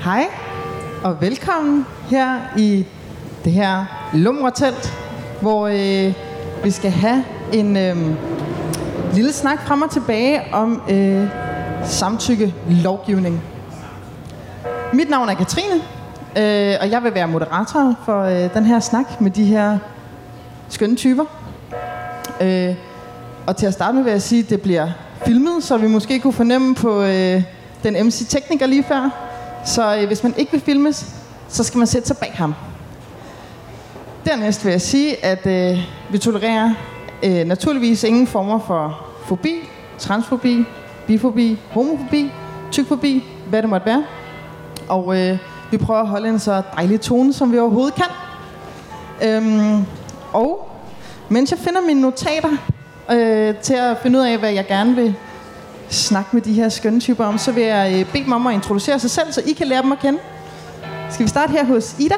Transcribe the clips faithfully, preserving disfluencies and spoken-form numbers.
Hej og velkommen her i det her lumretelt, hvor øh, vi skal have en øh, lille snak frem og tilbage om øh, samtykke-lovgivning. Mit navn er Katrine, øh, og jeg vil være moderator for øh, den her snak med de her skønne typer. Øh, og til at starte med vil jeg sige, at det bliver filmet, så vi måske kunne fornemme på øh, den M C-tekniker lige før. Så øh, hvis man ikke vil filmes, så skal man sætte sig bag ham. Dernæst vil jeg sige, at øh, vi tolererer øh, naturligvis ingen former for fobi, transfobi, bifobi, homofobi, tykfobi, hvad det måtte være. Og øh, vi prøver at holde en så dejlig tone, som vi overhovedet kan. Øhm, og mens jeg finder mine notater øh, til at finde ud af, hvad jeg gerne vil snakke med de her skønne typer om, så vil jeg øh, bede dem om at introducere sig selv, så I kan lære dem at kende. Skal vi starte her hos Ida?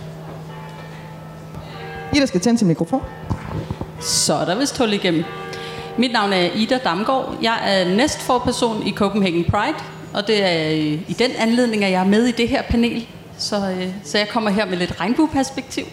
Ida skal tænde sin mikrofon. Så er der vist hul igennem. Mit navn er Ida Damgaard. Jeg er næstforperson i Copenhagen Pride, og det er i den anledning, at jeg er med i det her panel. Så, øh, så jeg kommer her med lidt regnbueperspektiv.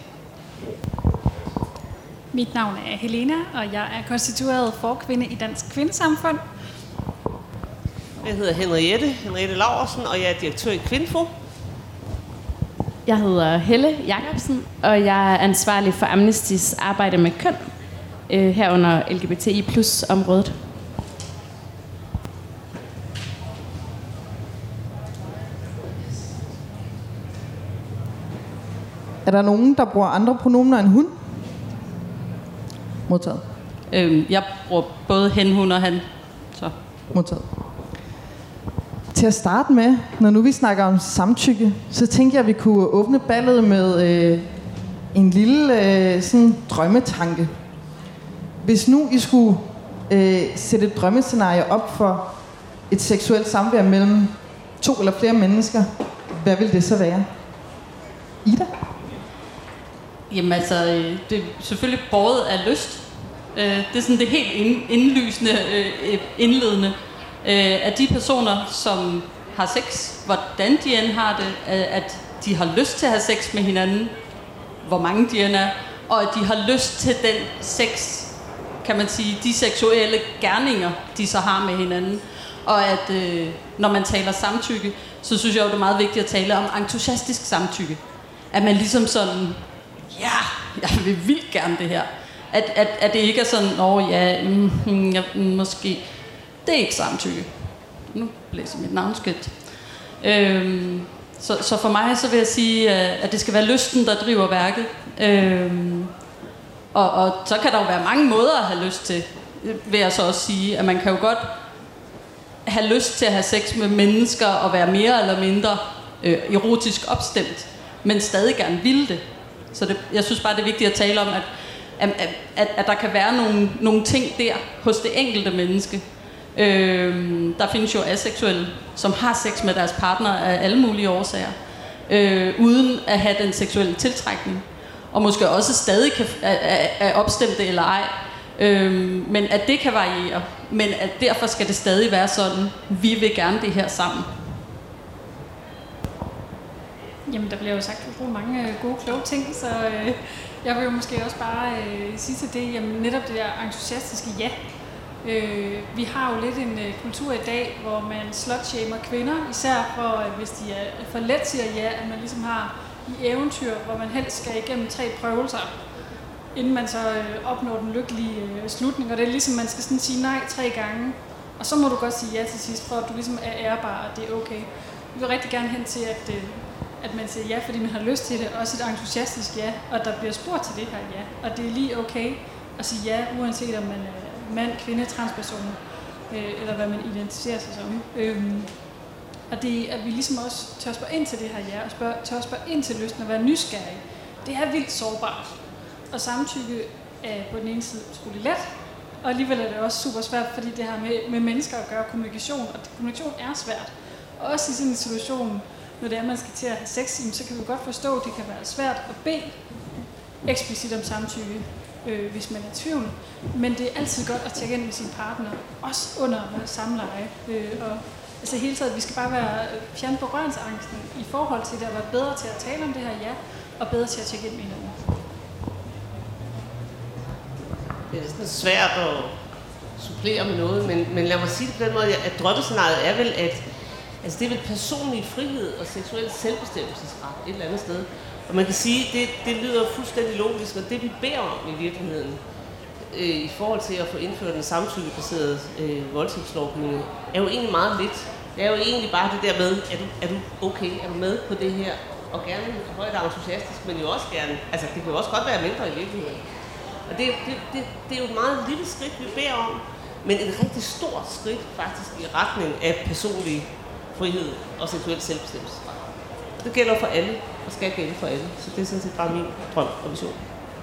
Mit navn er Helena, og jeg er konstitueret forkvinde i Dansk Kvindesamfund. Jeg hedder Henriette, Henriette Laursen, og jeg er direktør i Kvinfo. Jeg hedder Helle Jacobsen, og jeg er ansvarlig for Amnestys arbejde med køn, øh, herunder L G B T I plus området. Er der nogen, der bruger andre pronomener end hun? Modtaget. Øhm, jeg bruger både hen, hun og han. Så. Modtaget. Til at starte med, når nu vi snakker om samtykke, så tænker jeg, at vi kunne åbne ballet med øh, en lille øh, sådan drømmetanke. Hvis nu I skulle øh, sætte et drømmescenarie op for et seksuelt samvær mellem to eller flere mennesker, hvad vil det så være? Ida? Jamen altså, det er selvfølgelig båret af lyst. Det er sådan det helt indlysende, indledende. At de personer, som har sex, hvordan de end har det, at de har lyst til at have sex med hinanden, hvor mange de end er, og at de har lyst til den sex, kan man sige, de seksuelle gerninger, de så har med hinanden. Og at når man taler samtykke, så synes jeg jo, det er meget vigtigt at tale om entusiastisk samtykke. At man ligesom sådan, ja, jeg vil vildt gerne det her. At, at, at det ikke er sådan, åh ja, mm, ja, måske, det er ikke samtykke. Nu blæser mit navnskilt. Øhm, så, så for mig så vil jeg sige, at det skal være lysten, der driver værket. Øhm, og, og så kan der jo være mange måder at have lyst til, vil jeg så også sige. At man kan jo godt have lyst til at have sex med mennesker og være mere eller mindre øh, erotisk opstemt, men stadig gerne ville det. Så det, jeg synes bare, det er vigtigt at tale om, at, at, at, at der kan være nogle, nogle ting der hos det enkelte menneske. Øh, der findes jo aseksuelle, som har sex med deres partner af alle mulige årsager, øh, uden at have den seksuelle tiltrækning. Og måske også stadig kan, er, er opstemte eller ej. Øh, men at det kan variere. Men at derfor skal det stadig være sådan, vi vil gerne det her sammen. Jamen, der bliver jo sagt utrolig mange øh, gode, kloge ting, så øh, jeg vil jo måske også bare øh, sige til det, jamen netop det der entusiastiske ja. Øh, vi har jo lidt en øh, kultur i dag, hvor man slutshamer kvinder, især for, øh, hvis de er for let siger ja, at man ligesom har i eventyr, hvor man helst skal igennem tre prøvelser, inden man så øh, opnår den lykkelige øh, slutning, og det er ligesom, man skal sådan sige nej tre gange, og så må du godt sige ja til sidst, for at du ligesom er ærbar, og det er okay. Vi vil rigtig gerne hen til, at øh, at man siger ja, fordi man har lyst til det, også et entusiastisk ja, og der bliver spurgt til det her ja, og det er lige okay at sige ja, uanset om man er mand, kvinde, transperson, øh, eller hvad man identificerer sig som. Øhm, og det at vi ligesom også tør spørge ind til det her ja, og spørge, tør spørge ind til lysten og være nysgerrig, det er vildt sårbart. Og samtykke er på den ene side utrolig let, og alligevel er det også super svært, fordi det har med, med mennesker at gøre kommunikation, og kommunikation er svært. Og også i sådan en situation, når det er, man skal til at have sex, så kan vi godt forstå, at det kan være svært at bede eksplicit om samtykke, øh, hvis man er i tvivl. Men det er altid godt at tjekke ind med sin partner, også under samleje, øh, og Altså hele tiden, vi skal bare være fjerne berøringsangsten i forhold til det, at være bedre til at tale om det her ja, og bedre til at tjekke ind med hinanden. Det er næsten svært at supplere med noget, men, men lad mig sige det på den måde, at drømmescenariet er vel, at altså det er vel personlig frihed og seksuel selvbestemmelsesret et eller andet sted. Og man kan sige, at det, det lyder fuldstændig logisk, og det vi beder om i virkeligheden, øh, i forhold til at få indført en samtykkebaserede øh, voldtægtslovgivning, er jo egentlig meget lidt. Det er jo egentlig bare det der med, er du, er du okay, er du med på det her? Og gerne højt entusiastisk, men jo også gerne, altså det kan jo også godt være mindre i virkeligheden. Og det, det, det, det er jo et meget lille skridt, vi beder om, men et rigtig stort skridt faktisk i retning af personlig frihed og seksuel selvbestemmelse. Det gælder for alle, og skal gælde for alle. Så det er sådan set bare min drøm og vision.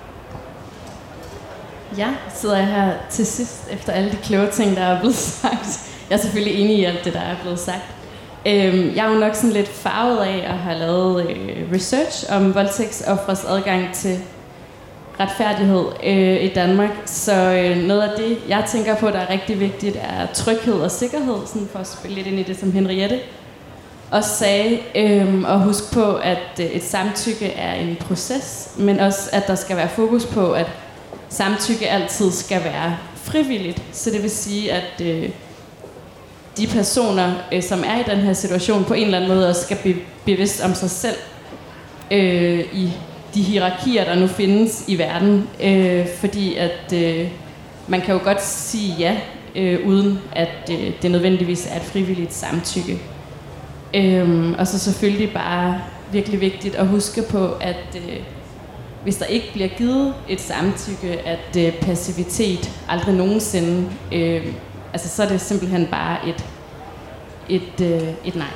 Ja, sidder jeg her til sidst efter alle de kloge ting, der er blevet sagt. Jeg er selvfølgelig enig i alt det, der er blevet sagt. Jeg er jo nok sådan lidt farvet af at have lavet research om voldtægtsoffres adgang til retfærdighed i Danmark. Så noget af det, jeg tænker på, der er rigtig vigtigt, er tryghed og sikkerhed, sådan for at spille lidt ind i det, som Henriette også sagde, øhm, og husk på, at et samtykke er en proces, men også, at der skal være fokus på, at samtykke altid skal være frivilligt. Så det vil sige, at øh, de personer, øh, som er i den her situation, på en eller anden måde også skal blive bevidst om sig selv øh, i de hierarkier, der nu findes i verden. Øh, fordi at øh, man kan jo godt sige ja, øh, uden at øh, det nødvendigvis er et frivilligt samtykke. Øhm, og så selvfølgelig bare virkelig vigtigt at huske på, at øh, hvis der ikke bliver givet et samtykke, at øh, passivitet aldrig nogensinde, øh, altså så er det simpelthen bare et, et, øh, et nej.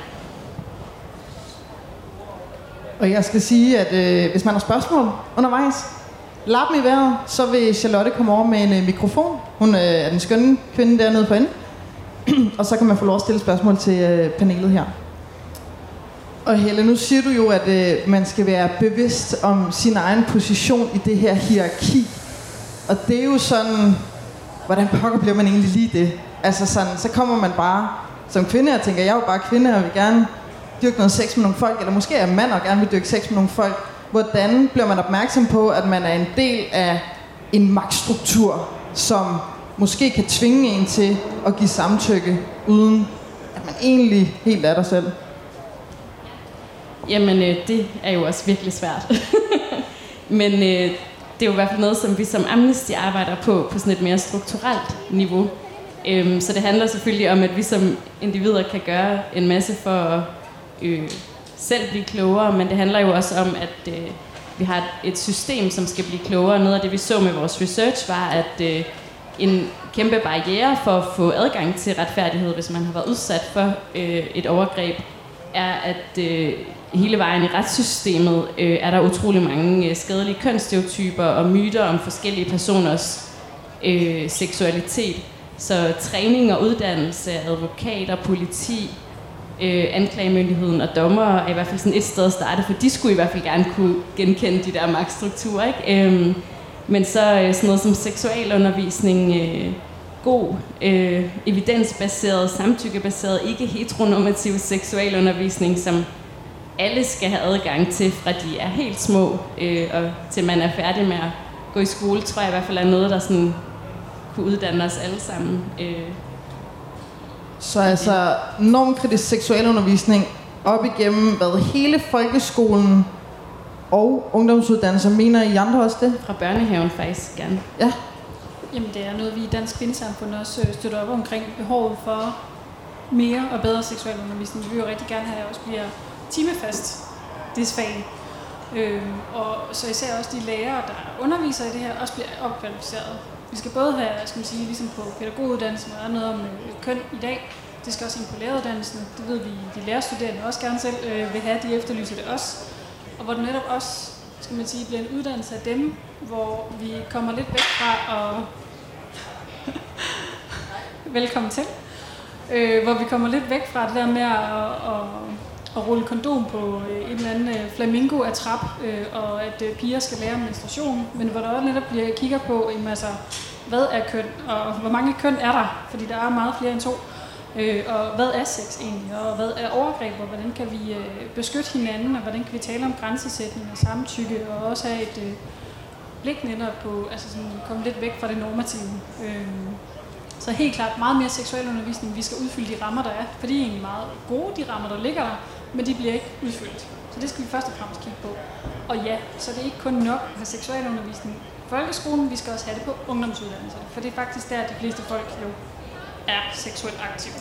Og jeg skal sige, at øh, hvis man har spørgsmål undervejs, lad dem i vejret, så vil Charlotte komme over med en øh, mikrofon. Hun øh, er den skønne kvinde dernede på enden. Og så kan man få lov at stille spørgsmål til øh, panelet her. Og Helle, nu siger du jo, at øh, man skal være bevidst om sin egen position i det her hierarki. Og det er jo sådan, hvordan pokker bliver man egentlig lige det? Altså sådan, så kommer man bare som kvinde og tænker, jeg er jo bare kvinde og vil gerne dyrke noget sex med nogle folk, eller måske er mand og gerne vil dyrke sex med nogle folk. Hvordan bliver man opmærksom på, at man er en del af en magtstruktur, som måske kan tvinge en til at give samtykke, uden at man egentlig helt er der selv? Jamen, øh, det er jo også virkelig svært. Men øh, det er jo i hvert fald noget, som vi som Amnesty arbejder på, på sådan et mere strukturelt niveau. Øhm, så det handler selvfølgelig om, at vi som individer kan gøre en masse for at øh, selv blive klogere, men det handler jo også om, at øh, vi har et, et system, som skal blive klogere. Noget af det, vi så med vores research, var, at øh, en kæmpe barriere for at få adgang til retfærdighed, hvis man har været udsat for øh, et overgreb, er, at øh, hele vejen i retssystemet øh, er der utrolig mange øh, skadelige kønsstereotyper og myter om forskellige personers øh, seksualitet. Så træning og uddannelse, advokater, politi, øh, anklagemyndigheden og dommere er i hvert fald sådan et sted at starte, for de skulle i hvert fald gerne kunne genkende de der magtstrukturer, ikke? Øhm, men så øh, sådan noget som seksualundervisning, øh, god, øh, evidensbaseret, samtykkebaseret, ikke heteronormativ seksualundervisning, som alle skal have adgang til, fra de er helt små, øh, og til man er færdig med at gå i skole, tror jeg i hvert fald er noget, der sådan kunne uddanne os alle sammen. Øh. Så altså normkritisk seksualundervisning op igennem hvad, hele folkeskolen og ungdomsuddannelser, mener I andre også det? Fra børnehaven faktisk gerne. Ja. Jamen det er noget, vi i Dansk Kvindesamfund også støtter op omkring behovet for mere og bedre seksualundervisning. Vi vil jo rigtig gerne have, at det også bliver timefast, det fag. Øhm, og så især også de lærere, der underviser i det her, også bliver opkvalificeret. Vi skal både have, skal man sige, ligesom på pædagoguddannelsen, og der er noget om øh, køn i dag. Det skal også ind på læreruddannelsen. Det ved vi, de lærerstuderende også gerne selv øh, vil have. De efterlyser det også. Og hvor det netop også, skal man sige, bliver en uddannelse af dem, hvor vi kommer lidt væk fra at... Velkommen til. Øh, hvor vi kommer lidt væk fra det der med at, at, at rulle kondom på en eller anden flamingo-attrap, øh, og at øh, piger skal lære menstruation, men hvor der også netop bliver kigger på, jamen, altså, hvad er køn, og hvor mange køn er der, fordi der er meget flere end to. Øh, og hvad er sex egentlig, og hvad er overgreb, og hvordan kan vi øh, beskytte hinanden, og hvordan kan vi tale om grænsesætning og samtykke, og også have et øh, blik netop på, altså sådan komme lidt væk fra det normative. Øh, så helt klart meget mere seksuel undervisning. Vi skal udfylde de rammer, der er, for de er egentlig meget gode, de rammer, der ligger der, men de bliver ikke udfyldt. Så det skal vi først og fremmest kigge på. Og ja, så det er ikke kun nok at have seksuel undervisning i folkeskolen, vi skal også have det på ungdomsuddannelserne, for det er faktisk der, de fleste folk jo er seksuelt aktive.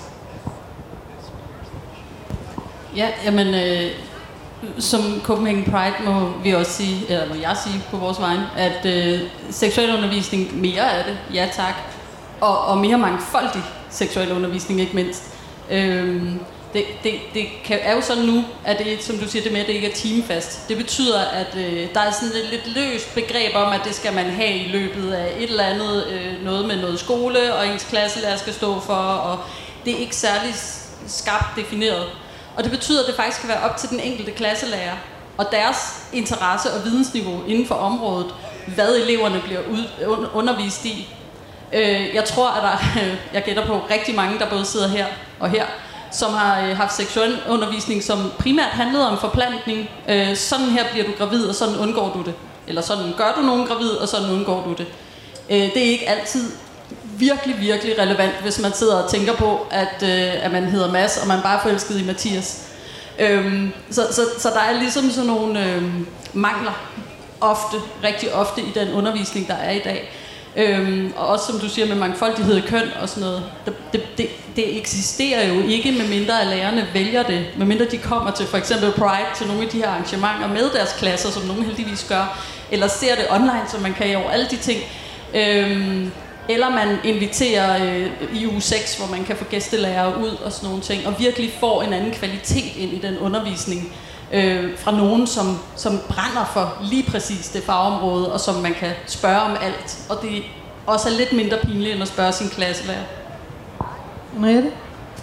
Ja, jamen, øh, som Copenhagen Pride må vi også sige, eller må jeg sige på vores vegne, at øh, seksuel undervisning, mere af det, ja tak, og, og mere mangfoldig seksuel undervisning, ikke mindst. Øh, det, det, det kan, er jo sådan nu, at det, som du siger, det med, at det ikke er timefast. Det betyder, at øh, der er sådan et lidt løst begreb om, at det skal man have i løbet af et eller andet, øh, noget med noget skole, og ens klasselærer skal stå for, og det er ikke særlig skarpt defineret. Og det betyder, at det faktisk skal være op til den enkelte klasselærer og deres interesse og vidensniveau inden for området, hvad eleverne bliver ud, undervist i. Jeg tror, at der, jeg gætter på rigtig mange, der både sidder her og her, som har haft seksuel undervisning, som primært handlede om forplantning. Sådan her bliver du gravid, og sådan undgår du det. Eller sådan gør du nogen gravid, og sådan undgår du det. Det er ikke altid virkelig, virkelig relevant, hvis man sidder og tænker på, at, øh, at man hedder Mads, og man bare er forelsket i Mathias. Øhm, så, så, så der er ligesom sådan nogle øh, mangler, ofte, rigtig ofte i den undervisning, der er i dag. Øhm, og også som du siger med mangfoldighed i køn og sådan noget. Det, det, det, det eksisterer jo ikke, medmindre at lærerne vælger det. Medmindre de kommer til for eksempel Pride, til nogle af de her arrangementer med deres klasser, som nogen heldigvis gør. Eller ser det online, som man kan i over alle de ting. Øhm, Eller man inviterer øh, i uge seks, hvor man kan få gæstelærere ud og sådan nogle ting, og virkelig får en anden kvalitet ind i den undervisning øh, fra nogen, som, som brænder for lige præcis det fagområde, og som man kan spørge om alt. Og det også er lidt mindre pinligt end at spørge sin klasselærer. Henriette?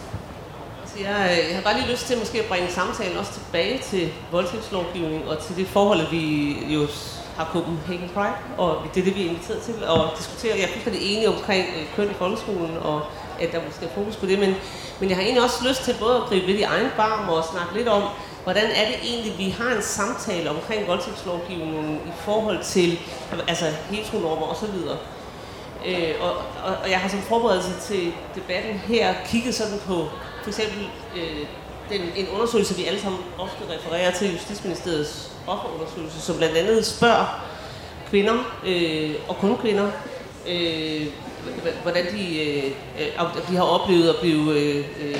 Jeg, jeg har bare lige lyst til måske at bringe samtalen også tilbage til voldtægtslovgivning og til det forhold, at vi jo har Copenhagen Pride, og det er det, vi er inviteret til at diskutere. Jeg er fuldstændig enig omkring køn i folkeskolen, og at der måske er fokus på det, men, men jeg har egentlig også lyst til både at gribe lidt i egen barm og snakke lidt om, hvordan er det egentlig, vi har en samtale omkring voldtægtslovgivningen i forhold til altså heteronormer osv. Øh, og, og, og jeg har som forberedelse til debatten her kigget sådan på for eksempel øh, den, en undersøgelse, vi alle sammen ofte refererer til, Justitsministeriets offerundersøgelse, som blandt andet spørger kvinder, øh, og kun kvinder, øh, hvordan de, øh, de har oplevet at blive øh, øh,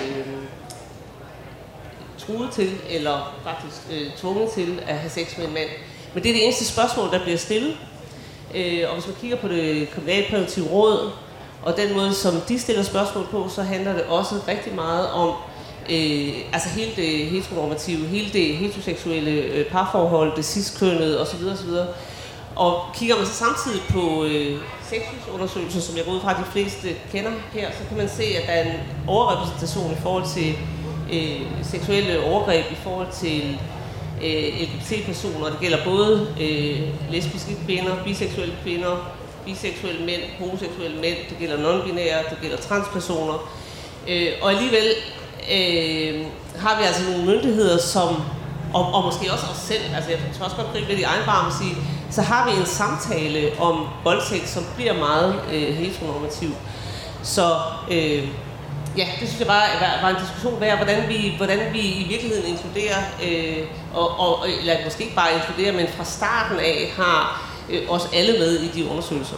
truet til, eller faktisk øh, tvunget til at have sex med en mand. Men det er det eneste spørgsmål, der bliver stillet. Øh, og hvis man kigger på det kriminalpræventive råd, og den måde, som de stiller spørgsmål på, så handler det også rigtig meget om øh, altså hele det heteronormative, hele det heteroseksuelle øh, parforhold, det cis-kønnede osv. osv. Og kigger man så samtidig på øh, sexusundersøgelser, som jeg går ud fra, at de fleste kender her, så kan man se, at der er en overrepræsentation i forhold til øh, seksuelle overgreb, i forhold til øh, L G B T-personer. Det gælder både øh, lesbiske kvinder, biseksuelle kvinder, biseksuelle mænd, homoseksuelle mænd, det gælder non-binære, det gælder transpersoner. Øh, og alligevel øh, har vi altså nogle myndigheder, som, og, og måske også os selv, altså jeg tror også godt gribe lidt i egen barm og sige, så har vi en samtale om voldtægt, som bliver meget øh, heteronormativ. Så øh, ja, det synes jeg bare var, var en diskussion værd, hvordan vi, hvordan vi i virkeligheden inkluderer, øh, og, og, eller måske ikke bare inkluderer, men fra starten af har øh, os alle med i de undersøgelser.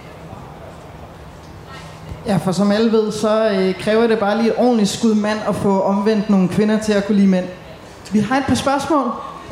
Ja, for som alle ved, så øh, kræver det bare lige et ordentligt skud mand at få omvendt nogle kvinder til at kunne lide mænd. Vi har et par spørgsmål.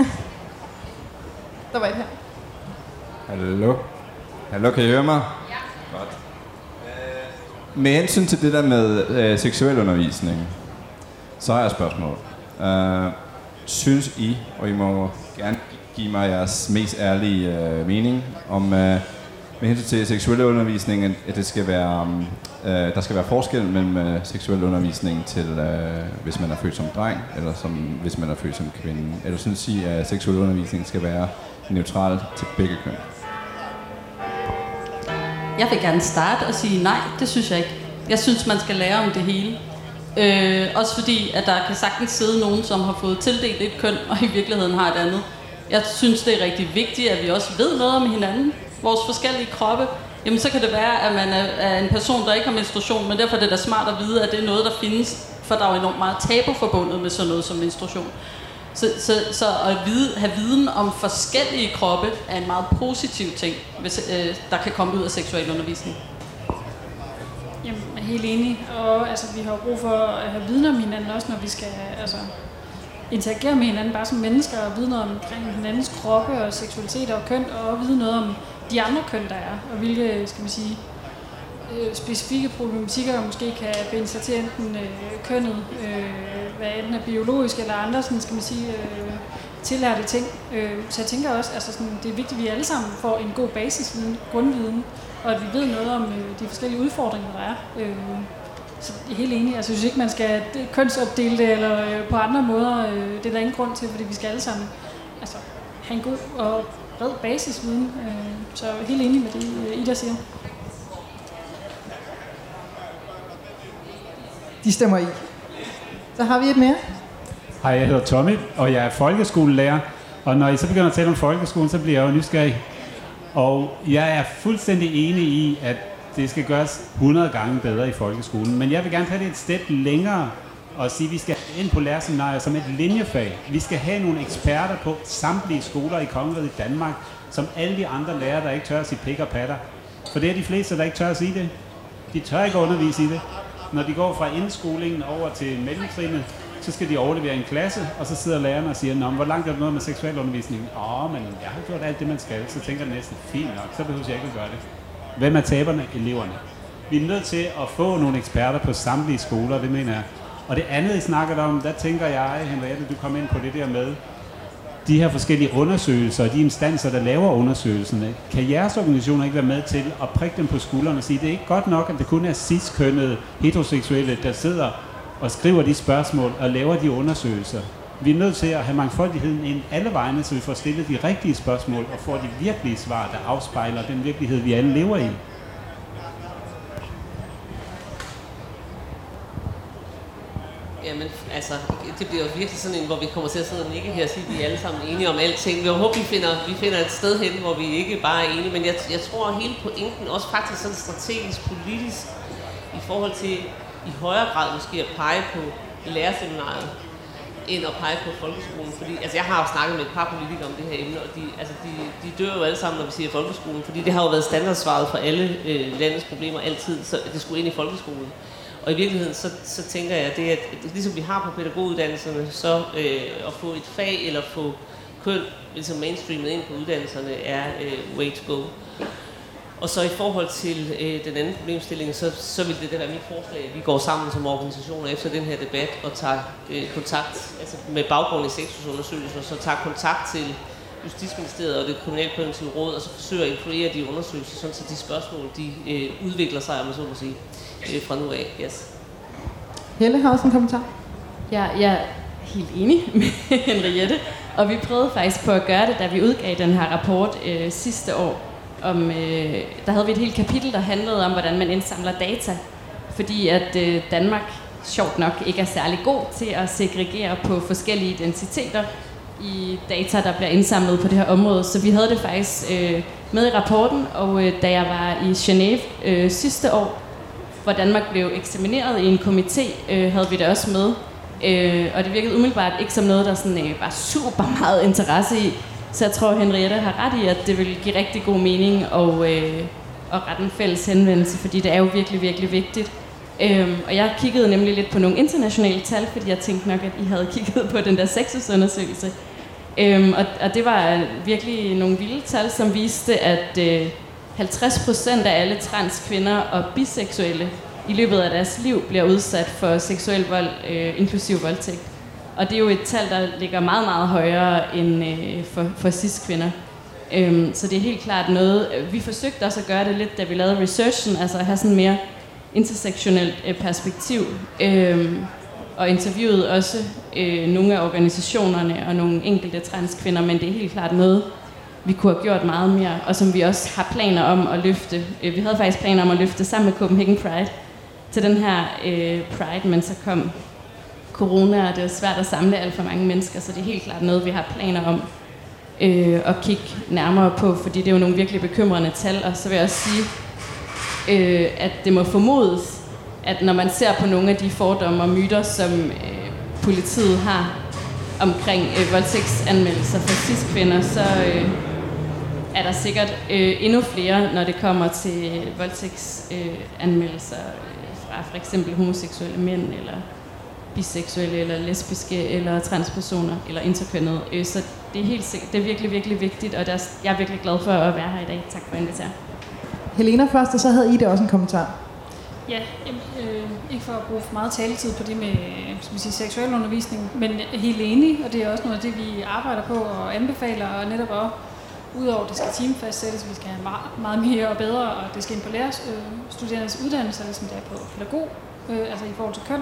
Der var et her. Hallo? Hallo, kan I høre mig? Ja. Godt. Med hensyn til det der med øh, seksuel undervisning, så har jeg et spørgsmål. Uh, synes I, og I må gerne give mig jeres mest ærlige øh, mening, om øh, med hensyn til seksuel undervisning, at det skal være, um, øh, der skal være forskel mellem øh, seksuel undervisning til, øh, hvis man er født som dreng, eller som, hvis man er født som kvinde. Eller synes I, at seksuel undervisning skal være neutral til begge køn? Jeg vil gerne starte og sige nej, det synes jeg ikke. Jeg synes, man skal lære om det hele. Øh, også fordi, at der kan sagtens sidde nogen, som har fået tildelt et køn, og i virkeligheden har et andet. Jeg synes, det er rigtig vigtigt, at vi også ved noget om hinanden, vores forskellige kroppe. Jamen, så kan det være, at man er, er en person, der ikke har menstruation, men derfor er det da smart at vide, at det er noget, der findes, for der er jo enormt meget tabu forbundet med sådan noget som menstruation. Så, så, så at vide, have viden om forskellige kroppe er en meget positiv ting, hvis, øh, der kan komme ud af seksualundervisning. Jamen, jeg er helt enig. Og altså, vi har brug for at have viden om hinanden også, når vi skal altså, interagere med hinanden, bare som mennesker, og vide noget omkring hinandens kroppe og seksualitet og køn, og vide noget om de andre køn, der er, og hvilke, skal man sige, øh, specifikke problematikker, der måske kan binde sig til enten øh, kønnet, øh, hvad enten er biologisk eller andre, sådan, skal man sige, øh, tillærte ting. Øh, så jeg tænker også, altså sådan, det er vigtigt, at vi alle sammen får en god basisviden, grundviden, og at vi ved noget om øh, de forskellige udfordringer, der er. Øh, så jeg er helt enig. Altså, jeg synes ikke, man skal kønsopdele det eller øh, på andre måder. Øh, det er der ingen grund til, fordi vi skal alle sammen altså, have en god og bred basisviden. Øh, så jeg er helt enig med det, Ida siger. De stemmer i. Så har vi et mere. Hej, jeg hedder Tommy, og jeg er folkeskolelærer. Og når I så begynder at tale om folkeskolen, så bliver jeg jo nysgerrig. Og jeg er fuldstændig enig i, at det skal gøres hundrede gange bedre i folkeskolen. Men jeg vil gerne tage det et step længere og sige, at vi skal ind på lærerseminarier som et linjefag. Vi skal have nogle eksperter på samtlige skoler i kongeriget i Danmark, som alle de andre lærere, der ikke tør at sige pik og patter. For det er de fleste, der ikke tør at sige det. De tør ikke undervise i det. Når de går fra indskolingen over til mellemtrinnet, så skal de overlevere en klasse, og så sidder lærerne og siger, hvor langt er det noget med seksualundervisning? Åh, men jeg har gjort alt det, man skal. Så tænker jeg næsten, fint nok, så behøver jeg ikke at gøre det. Hvem er taberne? Eleverne. Vi er nødt til at få nogle eksperter på samtlige skoler, det mener jeg. Og det andet, I snakker om, der tænker jeg, Henriette, du kom ind på det der med, de her forskellige undersøgelser, og de instanser, der laver undersøgelserne. Kan jeres organisationer ikke være med til at prikke dem på skuldrene og sige, det er ikke godt nok, at det kun er cis-kønnede heteroseksuelle, der sidder og skriver de spørgsmål og laver de undersøgelser. Vi er nødt til at have mangfoldigheden ind alle vegne, så vi får stillet de rigtige spørgsmål og får de virkelige svar, der afspejler den virkelighed, vi alle lever i. Jamen, altså, det bliver jo virkelig sådan en, hvor vi kommer til at sidde og nikke her og sige, at vi er alle sammen enige om alting. Vi håber, vi finder, vi finder et sted hen, hvor vi ikke bare er enige, men jeg, jeg tror, at hele pointen også faktisk sådan strategisk, politisk, i forhold til i højere grad måske at pege på lærerseminariet, end at pege på folkeskolen. Fordi, altså jeg har jo snakket med et par politikere om det her emne, og de, altså de, de dør jo alle sammen, når vi siger folkeskolen, fordi det har jo været standardsvaret for alle øh, landets problemer altid, så det skulle ind i folkeskolen. Og i virkeligheden, så, så tænker jeg, det, at ligesom vi har på pædagoguddannelserne, så øh, at få et fag eller få køn ligesom mainstreamet ind på uddannelserne er øh, way to go. Og så i forhold til øh, den anden problemstilling, så, så vil det, det være mit forslag, at vi går sammen som organisationer efter den her debat og tager øh, kontakt, altså med baggrund i sexusundersøgelser, så tager kontakt til Justitsministeriet og det Kriminalpræventive Råd, og så forsøger at influere de undersøgelser, sådan så de spørgsmål, de øh, udvikler sig, om man så må sige, øh, fra nu af. Yes. Helle har også en kommentar. Ja, jeg er helt enig med Henriette, og vi prøvede faktisk på at gøre det, da vi udgav den her rapport øh, sidste år. Om, øh, der havde vi et helt kapitel, der handlede om, hvordan man indsamler data, fordi at øh, Danmark, sjovt nok, ikke er særlig god til at segregere på forskellige identiteter i data, der bliver indsamlet på det her område. Så vi havde det faktisk øh, med i rapporten, og øh, da jeg var i Genève øh, sidste år, hvor Danmark blev eksamineret i en komité, øh, havde vi det også med. Øh, og det virkede umiddelbart ikke som noget, der sådan, øh, var super meget interesse i. Så jeg tror, Henriette har ret i, at det vil give rigtig god mening at, øh, at rette en fælles henvendelse, fordi det er jo virkelig, virkelig vigtigt. Øhm, og jeg kiggede nemlig lidt på nogle internationale tal, fordi jeg tænkte nok, at I havde kigget på den der sexusundersøgelse. Øhm, og, og det var virkelig nogle vilde tal, som viste, at øh, halvtreds procent af alle transkvinder og biseksuelle i løbet af deres liv bliver udsat for seksuel vold, øh, inklusiv voldtægt. Og det er jo et tal, der ligger meget, meget højere end øh, for, for cis-kvinder. Øhm, så det er helt klart noget. Vi forsøgte også at gøre det lidt, da vi lavede researchen, altså at have sådan mere intersektionelt øh, perspektiv. Øhm, og interviewede også øh, nogle af organisationerne og nogle enkelte transkvinder, men det er helt klart noget, vi kunne have gjort meget mere, og som vi også har planer om at løfte. Øh, vi havde faktisk planer om at løfte sammen med Copenhagen Pride til den her øh, Pride, men så kom corona, og det er svært at samle alt for mange mennesker, så det er helt klart noget, vi har planer om øh, at kigge nærmere på, fordi det er jo nogle virkelig bekymrende tal, og så vil jeg også sige, øh, at det må formodes, at når man ser på nogle af de fordomme og myter, som øh, politiet har omkring øh, voldtægtsanmeldelser for cis-kvinder, så øh, er der sikkert øh, endnu flere, når det kommer til voldtægtsanmeldelser øh, fra for eksempel homoseksuelle mænd, eller biseksuelle, eller lesbiske, eller transpersoner, eller interkønnede. Øh, så det er helt sikkert, det er virkelig, virkelig vigtigt, og der er, jeg er virkelig glad for at være her i dag. Tak for at invitere. Helena først, og så havde I det også en kommentar. Ja, øh, ikke for at bruge for meget taletid på det med skal vi sige, seksuel undervisning, men helt enig, og det er også noget af det, vi arbejder på og anbefaler, og netop også, udover at det skal teamfastsættes, vi skal have meget, meget mere og bedre, og det skal ind på lærerstuderendes uddannelser, ligesom det er på pædagog, øh, altså i forhold til køn,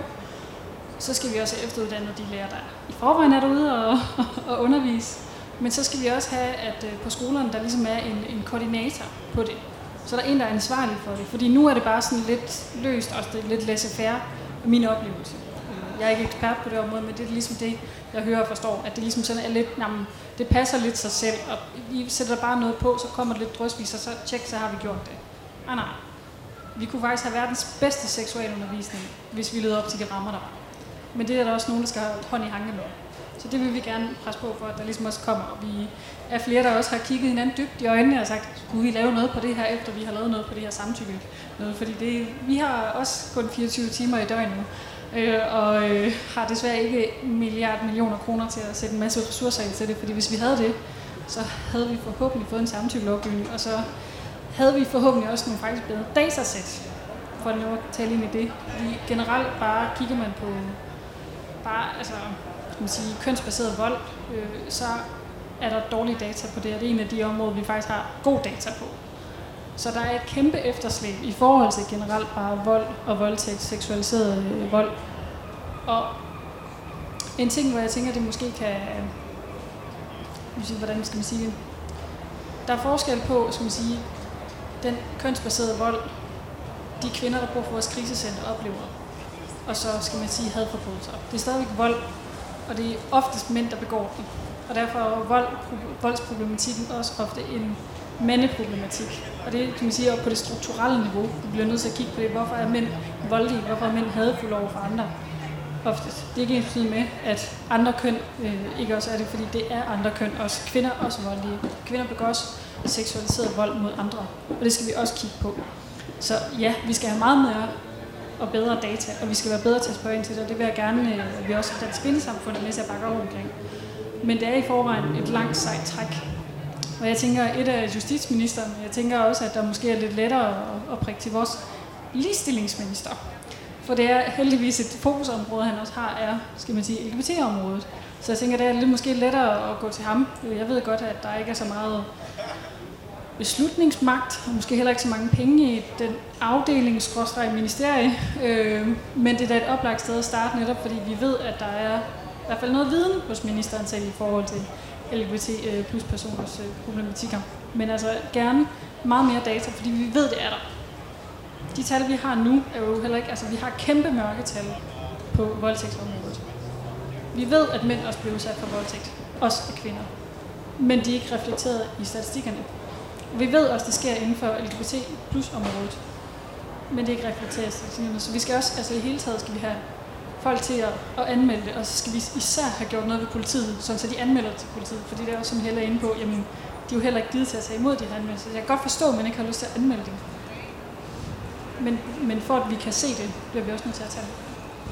så skal vi også efteruddanne de lærere, der i forvejen er derude og, og undervise. Men så skal vi også have, at på skolerne, der ligesom er en, en koordinator på det. Så der er en, der er ansvarlig for det. Fordi nu er det bare sådan lidt løst, og det er lidt laissez-faire, min oplevelse. Jeg er ikke ekspert på det område, men det er ligesom det, jeg hører og forstår, at det ligesom sådan er lidt, jamen, det passer lidt sig selv, og I sætter bare noget på, så kommer det lidt drøsvis, og så tjek, så har vi gjort det. Ah, nej. Vi kunne faktisk have verdens bedste seksualundervisning, hvis vi levede op til de rammer, der var. Men det er der også nogen, der skal have hånd i hanke med. Så det vil vi gerne presse på for, at der ligesom også kommer. Og vi er flere, der også har kigget hinanden dybt i øjnene og sagt, skulle vi lave noget på det her, efter vi har lavet noget på det her samtykke? Noget, fordi det, vi har også kun fireogtyve timer i døgnet nu, øh, og øh, har desværre ikke milliard millioner kroner til at sætte en masse ressourcer ind til det. Fordi hvis vi havde det, så havde vi forhåbentlig fået en samtykkelovgivning, og så havde vi forhåbentlig også nogle faktisk bedre datasæt, for at nu at tale ind i det. Fordi generelt bare kigger man på bare, altså, kan man sige, kønsbaseret vold, øh, så er der dårlige data på det, og det er en af de områder, vi faktisk har god data på. Så der er et kæmpe efterslæb i forhold til generelt bare vold og voldtægt, seksualiseret øh, vold. Og en ting, hvor jeg tænker, det måske kan, hvordan skal man sige det, der er forskel på, skal man sige, den kønsbaserede vold, de kvinder, der bor på vores krisecenter, oplever, og så skal man sige hadforbrydelser. Det er stadigvæk vold, og det er oftest mænd, der begår den. Og derfor er vold, voldsproblematikken også ofte en mandeproblematik. Og det kan man sige på det strukturelle niveau. Vi bliver nødt til at kigge på det. Hvorfor er mænd voldelige? Hvorfor er mænd hadfulde over for andre? Oftest. Det er ikke ens med, at andre køn øh, ikke også er det, fordi det er andre køn også. Kvinder er også voldelige. Kvinder begår også seksualiseret vold mod andre. Og det skal vi også kigge på. Så ja, vi skal have meget mere og bedre data, og vi skal være bedre til at spørge ind til det, og det vil jeg gerne, at vi også har Dansk Kvindesamfund med til at bakke op omkring. Men det er i forvejen et langt sejt træk. Og jeg tænker, et af justitsministeren, jeg tænker også, at der måske er lidt lettere at prikke til vores ligestillingsminister. For det er heldigvis et fokusområde, han også har, er, skal man sige, L G B T-området. Så jeg tænker, det er lidt måske lettere at gå til ham. Jeg ved godt, at der ikke er så meget beslutningsmagt, og måske heller ikke så mange penge i den afdeling, skråstreg ministerie. Øh, men det er da et oplagt sted at starte netop, fordi vi ved, at der er i hvert fald noget viden hos ministeren selv i forhold til L G B T plus personers problematikker. Men altså gerne meget mere data, fordi vi ved, det er der. De tal, vi har nu, er jo heller ikke, altså vi har kæmpe mørketal på voldtægtsområdet. Vi ved, at mænd også bliver udsat for voldtægt, også af kvinder. Men de er ikke reflekteret i statistikkerne. Vi ved også, at det sker inden for L G B T plus området, men det er ikke reflekteret i statistikkerne. Så vi skal også, altså i hele taget skal vi have folk til at, at anmelde det, og så skal vi især have gjort noget ved politiet, sådan så de anmelder det til politiet, fordi det er også, som Helle er inde på, jamen, de er jo heller ikke givet til at tage imod de her anmeldelser. Jeg kan godt forstå, at man ikke har lyst til at anmelde det. Men, men for at vi kan se det, bliver vi også nødt til at tage det.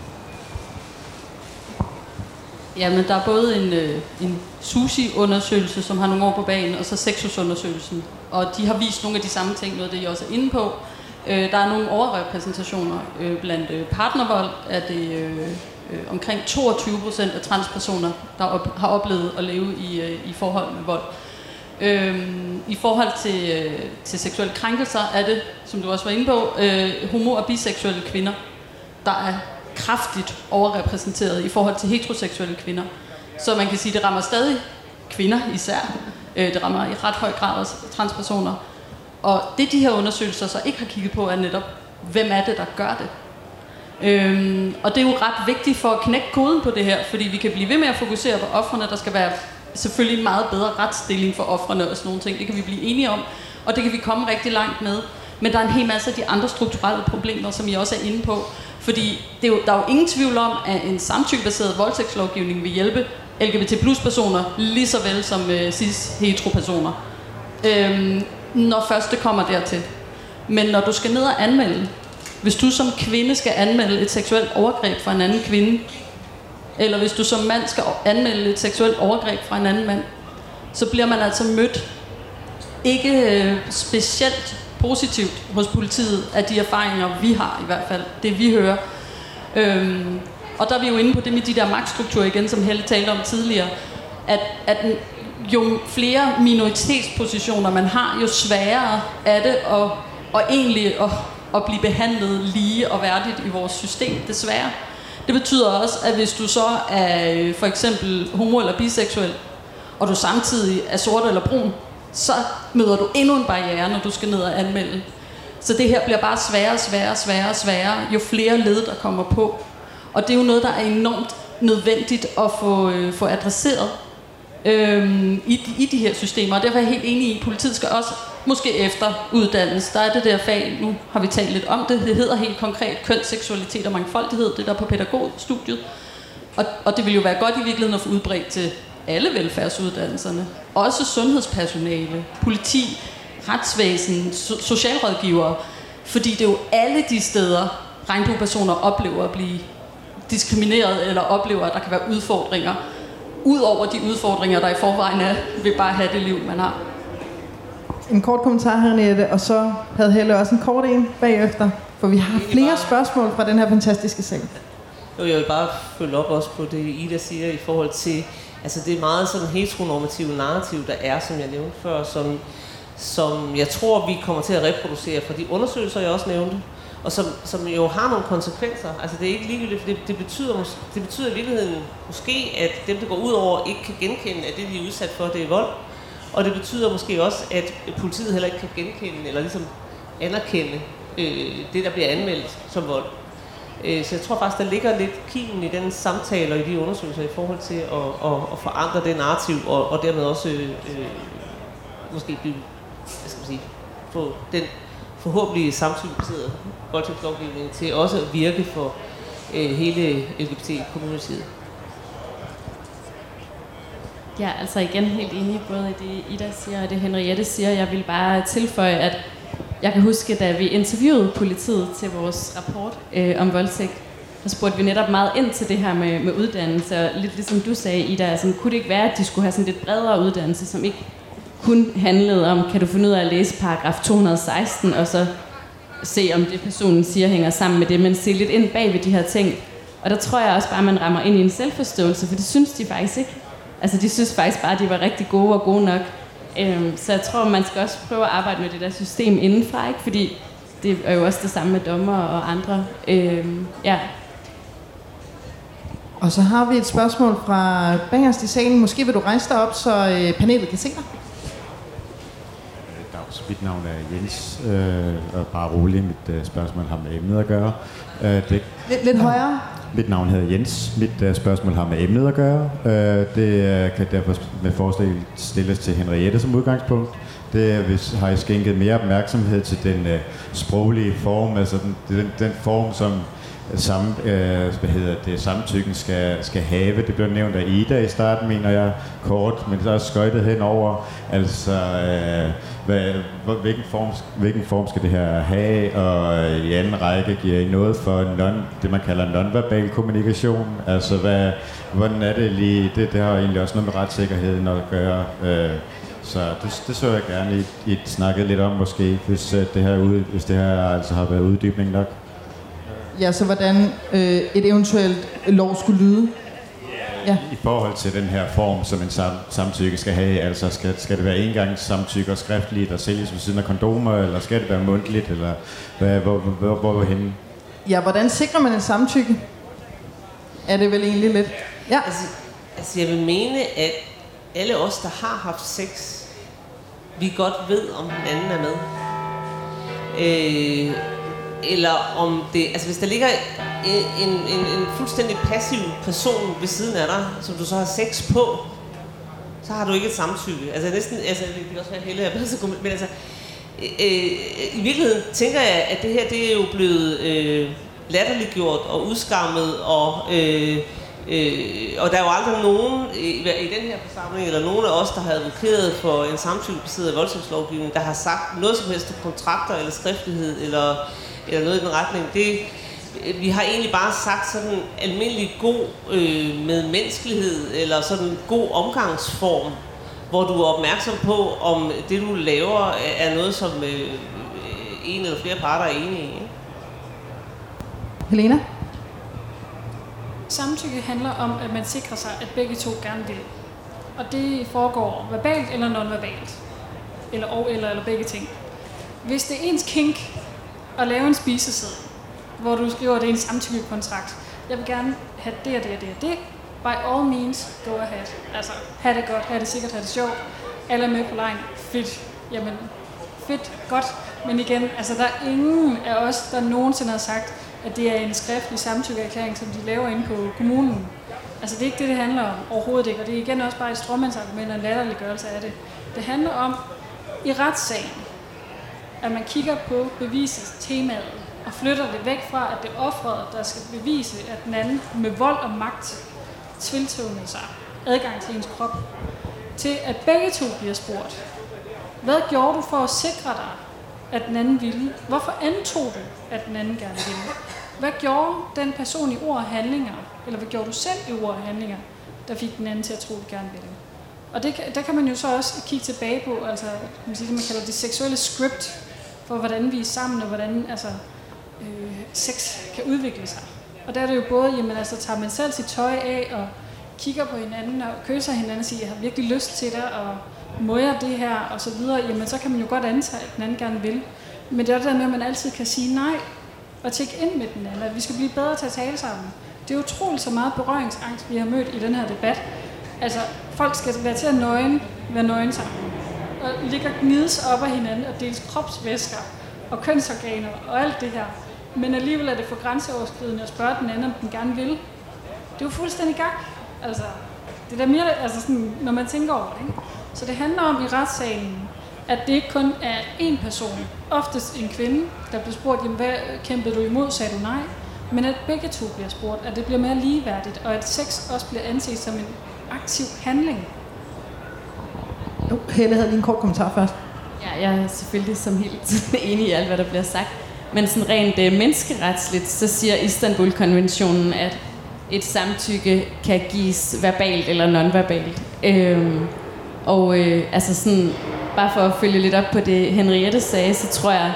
Jamen, der er både en, øh, en SUSI-undersøgelse, som har nogle år på banen, og så Sexus-undersøgelsen. Og de har vist nogle af de samme ting, noget af det, I også er inde på. Øh, der er nogle overrepræsentationer øh, blandt øh, partnervold, er det øh, øh, omkring toogtyve procent af transpersoner, der op, har oplevet at leve i, øh, i forhold med vold. Øh, I forhold til, øh, til seksuelle krænkelser er det, som du også var inde på, øh, homo- og biseksuelle kvinder, der er kraftigt overrepræsenteret i forhold til heteroseksuelle kvinder. Så man kan sige, at det rammer stadig kvinder især. Øh, det rammer i ret høj grad også transpersoner. Og det, de her undersøgelser så ikke har kigget på, er netop, hvem er det, der gør det? Øhm, og det er jo ret vigtigt for at knække koden på det her, fordi vi kan blive ved med at fokusere på ofrene. Der skal være selvfølgelig en meget bedre retsstilling for ofrene og sådan nogle ting. Det kan vi blive enige om, og det kan vi komme rigtig langt med. Men der er en hel masse af de andre strukturelle problemer, som I også er inde på. Fordi det er jo, der er jo ingen tvivl om, at en samtykkebaseret voldtægtslovgivning vil hjælpe L G B T plus personer, lige så vel som øh, cis-heteropersoner. Øhm, når først det kommer dertil. Men når du skal ned og anmelde, hvis du som kvinde skal anmelde et seksuelt overgreb fra en anden kvinde, eller hvis du som mand skal anmelde et seksuelt overgreb fra en anden mand, så bliver man altså mødt ikke øh, specielt positivt hos politiet af de erfaringer, vi har i hvert fald. Det vi hører. Øhm, og der er vi jo inde på det med de der magtstrukturer igen, som Helle talte om tidligere. At, at jo flere minoritetspositioner man har, jo sværere er det at, at egentlig at, at blive behandlet lige og værdigt i vores system, desværre. Det betyder også, at hvis du så er for eksempel homo eller biseksuel, og du samtidig er sort eller brun, så møder du endnu en barriere, når du skal ned og anmelde. Så det her bliver bare sværere, sværere, sværere, sværere, jo flere led, der kommer på. Og det er jo noget, der er enormt nødvendigt at få, øh, få adresseret øh, i, i de her systemer. Og derfor er jeg helt enig i, at politiet skal også måske efter uddannelse. Der er det der fag, nu har vi talt lidt om det, det hedder helt konkret køn, seksualitet og mangfoldighed, det der på pædagogstudiet. Og, og det vil jo være godt i virkeligheden at få udbredt til alle velfærdsuddannelserne. Også sundhedspersonale, politi, retsvæsen, so- socialrådgivere. Fordi det er jo alle de steder, regnbuepersoner oplever at blive diskrimineret, eller oplever, at der kan være udfordringer. Udover de udfordringer, der i forvejen er, ved bare at have det liv, man har. En kort kommentar, Henriette, og så havde Helle også en kort en bagefter, for vi har flere spørgsmål fra den her fantastiske sag. Jo, jeg vil bare følge op også på det, Ida siger i forhold til, altså det er meget sådan heteronormative narrativ, der er, som jeg nævnte før, som, som jeg tror, vi kommer til at reproducere fra de undersøgelser, jeg også nævnte, og som, som jo har nogle konsekvenser. Altså det er ikke ligegyldigt, for det, det, betyder, det betyder i virkeligheden måske, at dem, der går ud over, ikke kan genkende, at det, de er udsat for, det er vold. Og det betyder måske også, at politiet heller ikke kan genkende, eller ligesom anerkende øh, det, der bliver anmeldt som vold. Øh, så jeg tror faktisk, der ligger lidt kimen i den samtale og i de undersøgelser i forhold til at, at, at forandre det narrativ, og, og dermed også øh, måske blive, hvad skal man sige, få den forhåbentlig samtykkebaserede voldtægtslovgivning til også at virke for øh, hele L G B T-communityet. Ja, altså igen helt enig både i det Ida siger og det Henriette siger. Jeg vil bare tilføje, at jeg kan huske, da vi interviewede politiet til vores rapport øh, om voldtægt, så spurgte vi netop meget ind til det her med, med uddannelse. Og lidt ligesom du sagde, Ida, sådan, kunne det ikke være, at de skulle have sådan lidt bredere uddannelse, som ikke kun handlede om, kan du finde ud af at læse paragraf to hundrede og seksten, og så se, om det personen siger hænger sammen med det, men se lidt ind bag ved de her ting. Og der tror jeg også bare, at man rammer ind i en selvforståelse, for det synes de faktisk ikke. Altså, de synes faktisk bare, at de var rigtig gode og gode nok. Øhm, så jeg tror, man skal også prøve at arbejde med det der system indenfra, ikke? Fordi det er jo også det samme med dommer og andre. Øhm, ja. Og så har vi et spørgsmål fra bagerst i salen. Måske vil du rejse dig op, så øh, panelet kan se dig. Dags, mit navn er Jens, øh, og bare roligt, mit øh, spørgsmål har med emnet at gøre. Øh, det, lidt, lidt højere. Mit navn hedder Jens. Mit uh, spørgsmål har med emnet at gøre. Uh, det uh, kan derfor med forslag stilles til Henriette som udgangspunkt. Det hvis, har jeg skænket mere opmærksomhed til den uh, sproglige form, altså den, den, den form, som sam, uh, hvad hedder det, samtykken skal, skal have. Det blev nævnt af Ida i starten, mener jeg, kort, men så er skøjtet henover. Altså, uh, hvad, hvilken, form, hvilken form skal det her have, og i anden række giver I noget for non, det, man kalder nonverbal kommunikation. Altså, hvad, hvordan er det lige? Det, det har egentlig også noget med retssikkerheden at gøre. Uh, så det, det så jeg gerne, I, I snakkede lidt om måske, hvis, uh, det her, ude, hvis det her altså har været uddybning nok. Ja, så hvordan øh, et eventuelt lov skulle lyde? Ja. I forhold til den her form, som en sam- samtykke skal have, altså skal, skal det være engangs samtykke og skriftligt og sælges ved siden af kondomer, eller skal det være mundtligt, eller hvad, hvor, hvor, hvor, hvor henne? Ja, hvordan sikrer man en samtykke? Er det vel egentlig lidt? Ja. Altså, altså jeg vil mene, at alle os, der har haft sex, vi godt ved, om den anden er med. Øh, eller om det... Altså, hvis der ligger en, en, en, en fuldstændig passiv person ved siden af dig, som du så har sex på, så har du ikke et samtykke. Altså, næsten... Altså, det kan også være Helle, jeg så men altså... Øh, I virkeligheden tænker jeg, at det her, det er jo blevet øh, latterliggjort og udskammet, og... Øh, Øh, og der er jo aldrig nogen i, i den her forsamling, eller nogen af os, der har advokeret for en samtykkebaseret voldtægtslovgivning, der har sagt noget som helst til kontrakter eller skriftlighed, eller, eller noget i den retning. Det, vi har egentlig bare sagt sådan almindelig god øh, medmenneskelighed, eller sådan god omgangsform, hvor du er opmærksom på, om det du laver er noget, som øh, en eller flere parter er enige i. Helena? Samtykke handler om, at man sikrer sig, at begge to gerne vil. Og det foregår verbalt eller nonverbalt. Eller og eller, eller begge ting. Hvis det er ens kink at lave en spiseseddel, hvor du skriver, at det er en samtykkekontrakt. Jeg vil gerne have det og det og det og det. By all means, go ahead. Altså, have det godt, have det sikkert, have det sjovt. Alle er med på lejen. Fedt. Jamen, fedt, godt. Men igen, altså der er ingen af os, der nogensinde har sagt, at det er en skriftlig samtykkeerklæring, som de laver inde på kommunen. Altså det er ikke det, det handler om overhovedet ikke, og det er igen også bare et stråmandsargument og en latterliggørelse af det. Det handler om, i retssagen, at man kigger på bevisestemaet og flytter det væk fra, at det er offeret, der skal bevise, at den anden med vold og magt tiltøvende sig adgang til ens krop, til at begge to bliver spurgt. Hvad gjorde du for at sikre dig, at den anden ville? Hvorfor antog du, at den anden gerne ville? Hvad gjorde den person i ord og handlinger, eller hvad gjorde du selv i ord og handlinger, der fik den anden til at tro, at du gerne ville? Og det, der kan man jo så også kigge tilbage på, altså man siger, det, man kalder det seksuelle script, for hvordan vi er sammen, og hvordan altså, øh, sex kan udvikle sig. Og der er det jo både, jamen altså tager man selv sit tøj af, og kigger på hinanden, og kysser hinanden og siger, jeg har virkelig lyst til dig, og må jeg det her, og så videre, jamen så kan man jo godt antage, at den anden gerne vil. Men det er det der med, at man altid kan sige nej, og tjekke ind med den anden, at vi skal blive bedre til at tale sammen. Det er utroligt så meget berøringsangst, vi har mødt i den her debat. Altså, folk skal være til at nøgen, være nøgen sammen, og ligge og gnides op af hinanden, og deles kropsvæsker, og kønsorganer, og alt det her. Men alligevel er det for grænseoverskridende at spørge den anden, om den gerne vil. Det er jo fuldstændig gak. Altså, det er da mere, altså sådan, når man tænker over det, ikke? Så det handler om i retssalen, at det ikke kun er én person, oftest en kvinde, der bliver spurgt, jamen, hvad kæmpede du imod, sagde du nej, men at begge to bliver spurgt, at det bliver mere ligeværdigt, og at sex også bliver anset som en aktiv handling. Jo, Helle havde lige en kort kommentar først. Ja, jeg er selvfølgelig som helt enig i alt, hvad der bliver sagt. Men sådan rent øh, menneskeretsligt, så siger Istanbul-konventionen, at et samtykke kan gives verbalt eller nonverbalt. Øhm, og øh, altså sådan, bare for at følge lidt op på det, Henriette sagde, så tror jeg,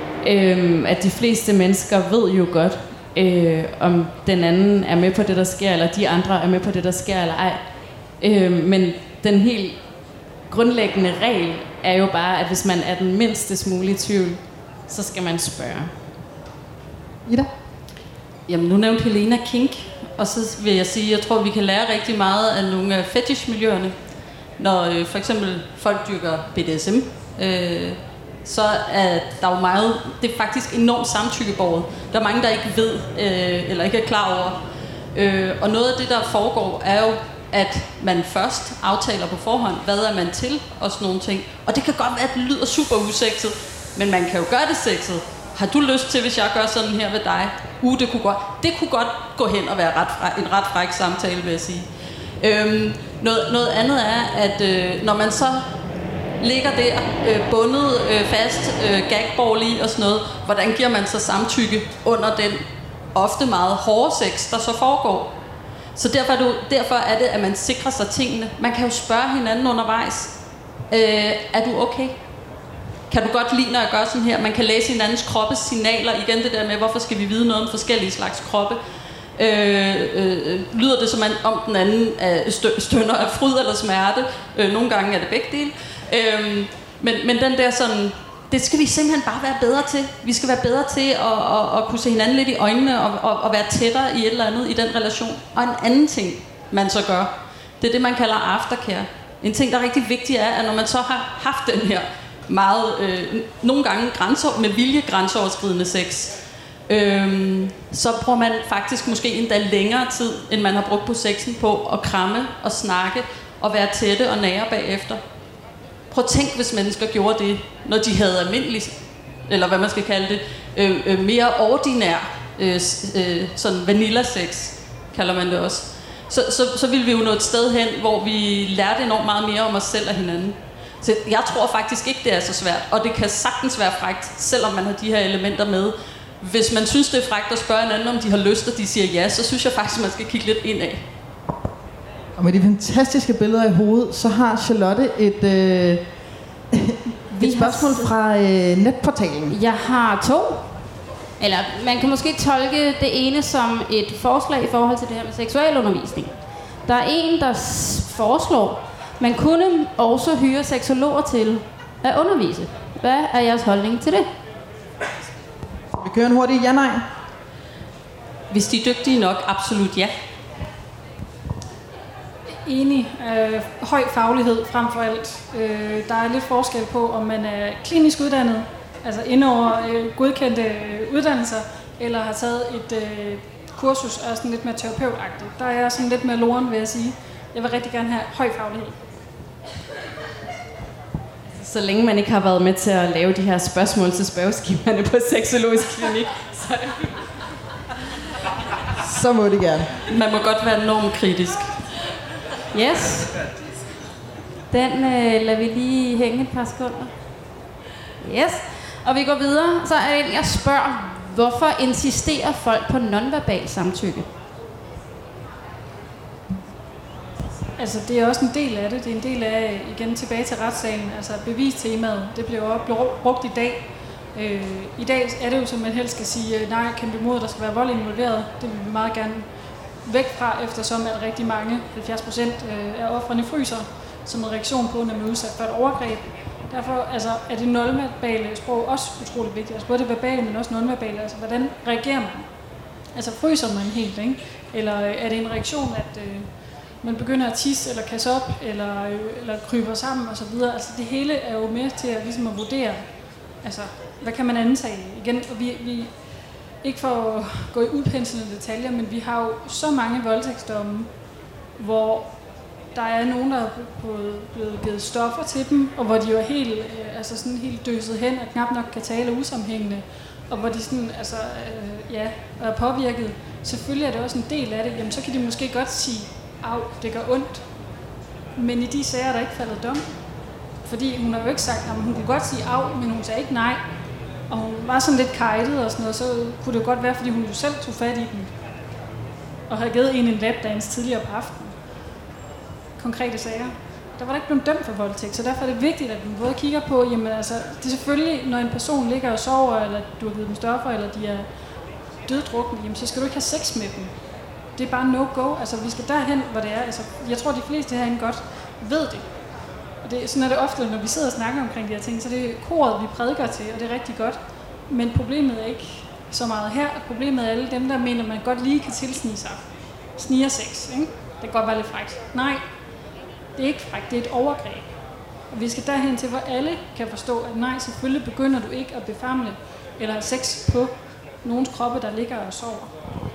øh, at de fleste mennesker ved jo godt, øh, om den anden er med på det, der sker, eller de andre er med på det, der sker, eller ej. Øh, men den helt grundlæggende regel er jo bare, at hvis man er den mindste smule i tvivl, så skal man spørge. Ida? Jamen, nu nævnte Helena kink, og så vil jeg sige, at jeg tror, vi kan lære rigtig meget af nogle af fetishmiljøerne. Når øh, for eksempel folk dyrker B D S M, øh, så er der jo meget, det er faktisk enormt samtykkebåret. Der er mange, der ikke ved, øh, eller ikke er klar over. Øh, og noget af det, der foregår, er jo, at man først aftaler på forhånd, hvad er man til, og sådan nogle ting. Og det kan godt være, at det lyder super usekset, men man kan jo gøre det sexet. Har du lyst til, hvis jeg gør sådan her ved dig? Uh, det kunne godt, det kunne godt gå hen og være ret fræk, en ret fræk samtale, vil jeg sige. Øhm, noget, noget andet er, at øh, når man så ligger der øh, bundet øh, fast, øh, gagball i og sådan noget, hvordan giver man så samtykke under den ofte meget hårde sex, der så foregår? Så derfor er, det, derfor er det, at man sikrer sig tingene. Man kan jo spørge hinanden undervejs. Øh, er du okay? Kan du godt lide, når jeg gør sådan her? Man kan læse hinandens kroppes signaler. Igen det der med, hvorfor skal vi vide noget om forskellige slags kroppe? Øh, øh, lyder det som om den anden stø- stønner af fryd eller smerte? Øh, nogle gange er det begge dele. Øh, men, men den der sådan, det skal vi simpelthen bare være bedre til. Vi skal være bedre til at, at, at kunne se hinanden lidt i øjnene og, og, og være tættere i et eller andet i den relation. Og en anden ting, man så gør, det er det, man kalder aftercare. En ting, der er rigtig vigtig, er, at når man så har haft den her meget, øh, nogle gange grænser, med vilje grænseoverskridende sex, øhm, så bruger man faktisk måske endda længere tid, end man har brugt på sexen, på at kramme og snakke og være tætte og nære bagefter. Prøv at tænk, hvis mennesker gjorde det, når de havde almindelig, eller hvad man skal kalde det, øh, øh, mere ordinær, øh, øh, sådan vanilla-sex, kalder man det også. Så, så, så ville vi jo nå et sted hen, hvor vi lærte enormt meget mere om os selv og hinanden. Så jeg tror faktisk ikke, det er så svært, og det kan sagtens være frækt, selvom man har de her elementer med. Hvis man synes, det er frækt at spørge en anden, om de har lyst, og de siger ja, så synes jeg faktisk, man skal kigge lidt indad. Og med de fantastiske billeder i hovedet, så har Charlotte et, øh, et spørgsmål fra øh, netportalen. Jeg har to. Eller man kan måske tolke det ene som et forslag i forhold til det her med seksualundervisning. Der er en, der foreslår, man kunne også hyre seksologer til at undervise. Hvad er jeres holdning til det? Vi kører en hurtig ja-nej. Hvis de er dygtige nok, absolut ja. Enig. Øh, høj faglighed frem for alt. Øh, der er lidt forskel på, om man er klinisk uddannet, altså inde over øh, godkendte øh, uddannelser, eller har taget et øh, kursus og er sådan lidt mere terapeutagtigt. Der er jeg sådan lidt mere loren, vil jeg sige. Jeg vil rigtig gerne have høj faglighed. Så længe man ikke har været med til at lave de her spørgsmål til spørgeskemaerne på Sexologisk Klinik, så er det... Så må det gerne. Man må godt være enormt kritisk. Yes. Den øh, lader vi lige hænge et par sekunder. Yes. Og vi går videre. Så er det en, jeg spørger, hvorfor insisterer folk på nonverbal samtykke? Altså, det er også en del af det. Det er en del af, igen tilbage til retssagen, altså bevistemaet. Det bliver jo brugt i dag. Øh, I dag er det jo, som man helst skal sige, nej, jeg kæmper imod, at der skal være vold involveret. Det vil vi meget gerne væk fra, eftersom at rigtig mange, halvfjerds procent af ofrene fryser som en reaktion på, når man er udsat for et overgreb. Derfor altså, er det nonverbale sprog også utroligt vigtigt. Altså både det verbale, men også nonverbale. Altså, hvordan reagerer man? Altså, fryser man helt, ikke? Eller er det en reaktion, at øh, man begynder at tisse, eller kasse op, eller, øh, eller kryber sammen, osv.? Altså, det hele er jo med til at, ligesom at vurdere, altså, hvad kan man antage? Igen, og vi, vi ikke for at gå i udpenslende detaljer, men vi har jo så mange voldtægtsdomme, hvor der er nogen, der er blevet givet stoffer til dem, og hvor de jo er helt, altså sådan helt døset hen, og knap nok kan tale usammenhængende, og hvor de sådan, altså, øh, ja, er påvirket. Selvfølgelig er det også en del af det, jamen så kan de måske godt sige, au, det gør ondt. Men i de sager er der ikke faldet dom. Fordi hun har jo ikke sagt, at hun kunne godt sige au, men hun sagde ikke nej. Og hun var sådan lidt kajtet og sådan noget, så kunne det godt være, fordi hun jo selv tog fat i den. Og havde givet en en lapdance tidligere på aftenen. Konkrete sager. Der var der ikke blevet dømt for voldtægt, så derfor er det vigtigt, at vi både kigger på, jamen altså, det er selvfølgelig, når en person ligger og sover, eller du har givet dem stoffer, eller de er døddrukne, jamen så skal du ikke have sex med dem. Det er bare no-go. Altså, vi skal derhen, hvor det er. Altså, jeg tror, de fleste herinde godt ved det. Og det, sådan er det ofte, når vi sidder og snakker omkring de her ting, så det er koret, vi prædiker til, og det er rigtig godt. Men problemet er ikke så meget her. Problemet er alle dem, der mener, man godt lige kan tilsnige sig. Sniger sex, ikke? Det kan godt være lidt frækt. Nej, det er ikke frækt, det er et overgreb. Og vi skal derhen til, hvor alle kan forstå, at nej, selvfølgelig begynder du ikke at befamle eller have sex på nogens kroppe, der ligger og sover.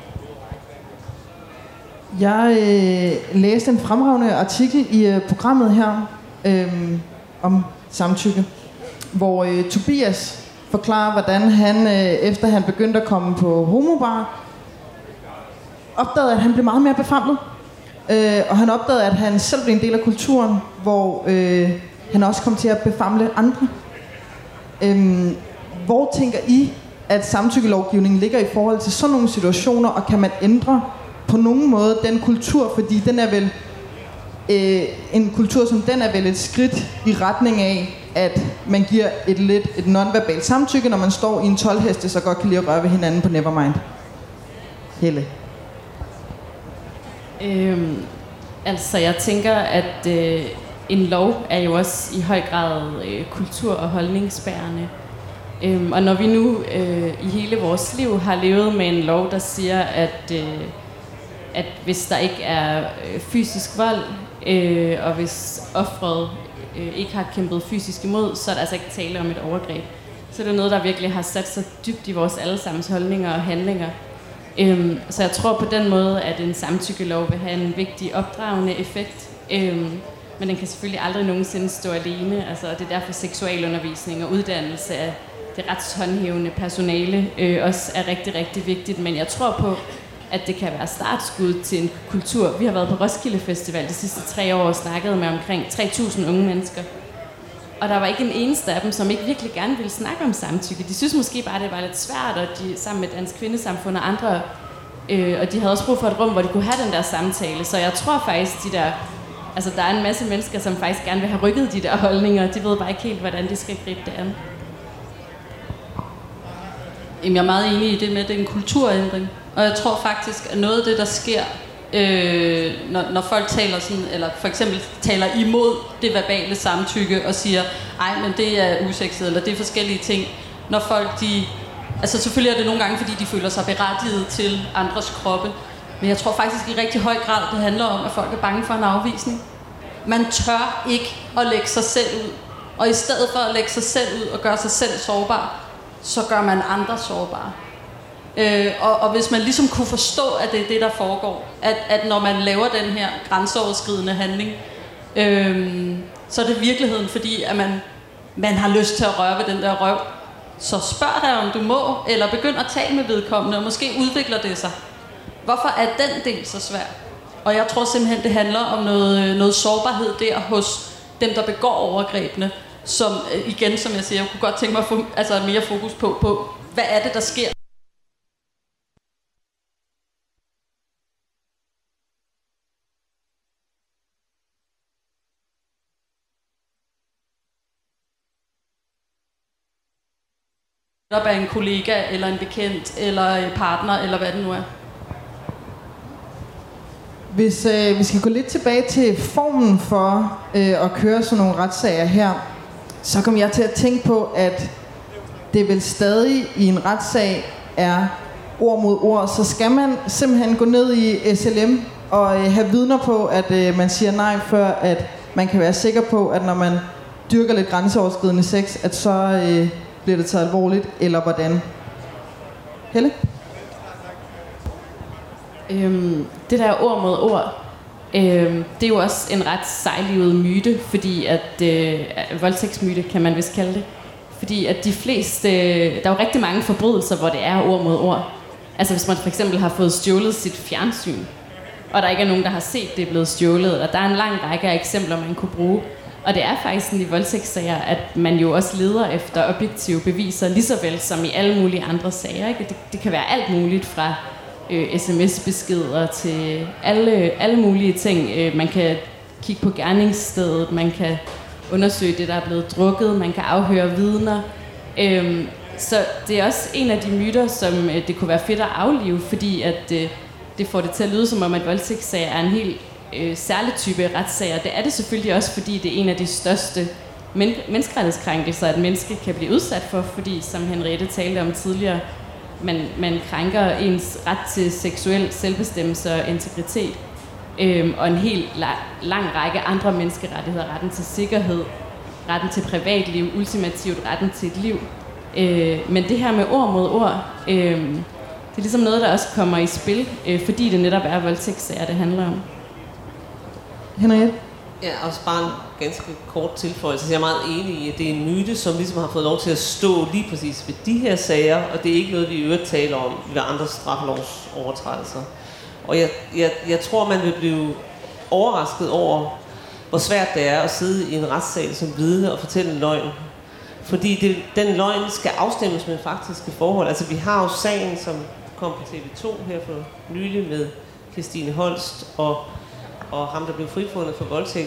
Jeg øh, læste en fremragende artikel i øh, programmet her øh, om samtykke, hvor øh, Tobias forklarer, hvordan han, øh, efter han begyndte at komme på homobar, opdagede, at han blev meget mere befamlet. Øh, og han opdagede, at han selv blev en del af kulturen, hvor øh, han også kom til at befamle andre. Øh, hvor tænker I, at samtykkelovgivningen ligger i forhold til sådan nogle situationer, og kan man ændre på nogen måde den kultur, fordi den er vel øh, en kultur, som den er vel et skridt i retning af, at man giver et lidt et nonverbalt samtykke, når man står i en tolv heste, så godt kan lide at røre ved hinanden på Nevermind. Helle. Øhm, altså, jeg tænker, at øh, en lov er jo også i høj grad øh, kultur- og holdningsbærende. Øhm, og når vi nu øh, i hele vores liv har levet med en lov, der siger, at øh, at hvis der ikke er øh, fysisk vold, øh, og hvis offeret øh, ikke har kæmpet fysisk imod, så er der altså ikke tale om et overgreb. så det er noget, der virkelig har sat sig dybt i vores allesammens holdninger og handlinger. Øhm, så jeg tror på den måde, at en samtykkelov vil have en vigtig opdragende effekt. Øhm, men den kan selvfølgelig aldrig nogensinde stå alene. Altså, det er derfor seksualundervisning og uddannelse af det retshåndhævende personale øh, også er rigtig, rigtig vigtigt. Men jeg tror på, at det kan være startskud til en kultur. Vi har været på Roskilde Festival de sidste tre år og snakket med omkring tre tusind unge mennesker. Og der var ikke en eneste af dem, som ikke virkelig gerne ville snakke om samtykke. De synes måske bare, det var lidt svært, og de sammen med Dansk Kvindesamfund og andre, øh, og de havde også brug for et rum, hvor de kunne have den der samtale. Så jeg tror faktisk, de der, altså der er en masse mennesker, som faktisk gerne vil have rykket de der holdninger. De ved bare ikke helt, hvordan de skal gribe det an. Jamen, jeg er meget enig i det med, at det er en kulturændring. Og jeg tror faktisk, at noget af det, der sker, øh, når, når folk taler sådan, eller for eksempel taler imod det verbale samtykke og siger, ej, men det er usekset, eller det er forskellige ting. Når folk, de... Altså selvfølgelig er det nogle gange, fordi de føler sig berettiget til andres kroppe. Men jeg tror faktisk i rigtig høj grad, det handler om, at folk er bange for en afvisning. Man tør ikke at lægge sig selv ud. Og i stedet for at lægge sig selv ud og gøre sig selv sårbar, så gør man andre sårbare. Øh, og, og hvis man ligesom kunne forstå, at det er det, der foregår, at, at når man laver den her grænseoverskridende handling, øh, så er det virkeligheden, fordi at man, man har lyst til at røre ved den der røv. Så spørg dig, om du må, eller begynd at tale med vedkommende, og måske udvikler det sig. Hvorfor er den del så svær? Og jeg tror simpelthen, det handler om noget, noget sårbarhed der hos dem, der begår overgrebene, som igen, som jeg siger, jeg kunne godt tænke mig at få altså mere fokus på, på, hvad er det, der sker? Op af en kollega, eller en bekendt, eller en partner, eller hvad det nu er. Hvis øh, vi skal gå lidt tilbage til formen for øh, at køre sådan nogle retssager her, så kom jeg til at tænke på, at det vel stadig i en retssag er ord mod ord, så skal man simpelthen gå ned i S L M og øh, have vidner på, at øh, man siger nej, før at man kan være sikker på, at når man dyrker lidt grænseoverskridende sex, at så øh, bliver det taget alvorligt, eller hvordan? Helle? Øhm, det der ord mod ord, øhm, det er jo også en ret sejlivet myte, fordi at øh, voldtægtsmyte kan man vist kalde det, fordi at de fleste, øh, der er jo rigtig mange forbrydelser, hvor det er ord mod ord. Altså hvis man for eksempel har fået stjålet sit fjernsyn, og der ikke er nogen, der har set det er blevet stjålet, og der er en lang række af eksempler, man kunne bruge. Og det er faktisk sådan i voldtægtssager, at man jo også leder efter objektive beviser, lige så vel som i alle mulige andre sager. Ikke? Det, det kan være alt muligt fra øh, sms-beskeder til alle, alle mulige ting. Øh, man kan kigge på gerningsstedet, man kan undersøge det, der er blevet drukket, man kan afhøre vidner. Øh, så det er også en af de myter, som øh, det kunne være fedt at aflive, fordi at, øh, det får det til at lyde som om, at voldtægtssager er en helt øh, særlig type retssager. Det er det selvfølgelig også, fordi det er en af de største men- menneskerettighedskrænkelser, at et menneske kan blive udsat for, fordi, som Henriette talte om tidligere, man, man krænker ens ret til seksuel selvbestemmelse og integritet, øhm, og en helt la- lang række andre menneskerettigheder, retten til sikkerhed, retten til privatliv, ultimativt retten til et liv. Øh, men det her med ord mod ord, øh, det er ligesom noget, der også kommer i spil, øh, fordi det netop er voldtægtssager, det handler om. Henriette? Ja, også bare en ganske kort tilføjelse. Jeg er meget enig i, at det er en myte, som ligesom har fået lov til at stå lige præcis ved de her sager, og det er ikke noget, vi i øvrigt taler om ved andre straffelovsovertrædelser. Og jeg, jeg, jeg tror, man vil blive overrasket over, hvor svært det er at sidde i en retssal som vidne og fortælle en løgn. Fordi det, den løgn skal afstemmes med faktiske forhold. Altså vi har jo sagen, som kom på T V to her for nylig med Christine Holst og, og ham, der blev frifundet for voldtægt,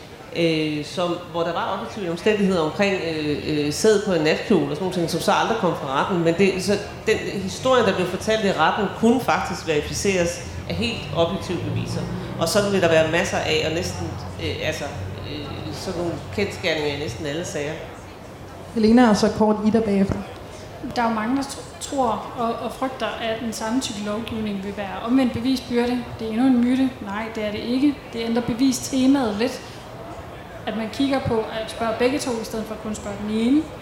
øh, som, hvor der var objektive omstændigheder omkring øh, øh, sæd på en natkjole og sådan nogle ting, som så aldrig kom fra retten. Men det, så den historie, der blev fortalt i retten, kunne faktisk verificeres af helt objektive beviser. Og sådan vil der være masser af, og næsten øh, altså, øh, sådan nogle kendsgerninger i næsten alle sager. Helena, og så kort Ida bagefter. Der er jo mange, der tror og, og frygter, at en samtykkelovgivning vil være omvendt bevisbyrde. Det er endnu en myte. Nej, det er det ikke. Det ændrer bevistemaet lidt. At man kigger på at spørge begge to, i stedet for at kun spørge den ene.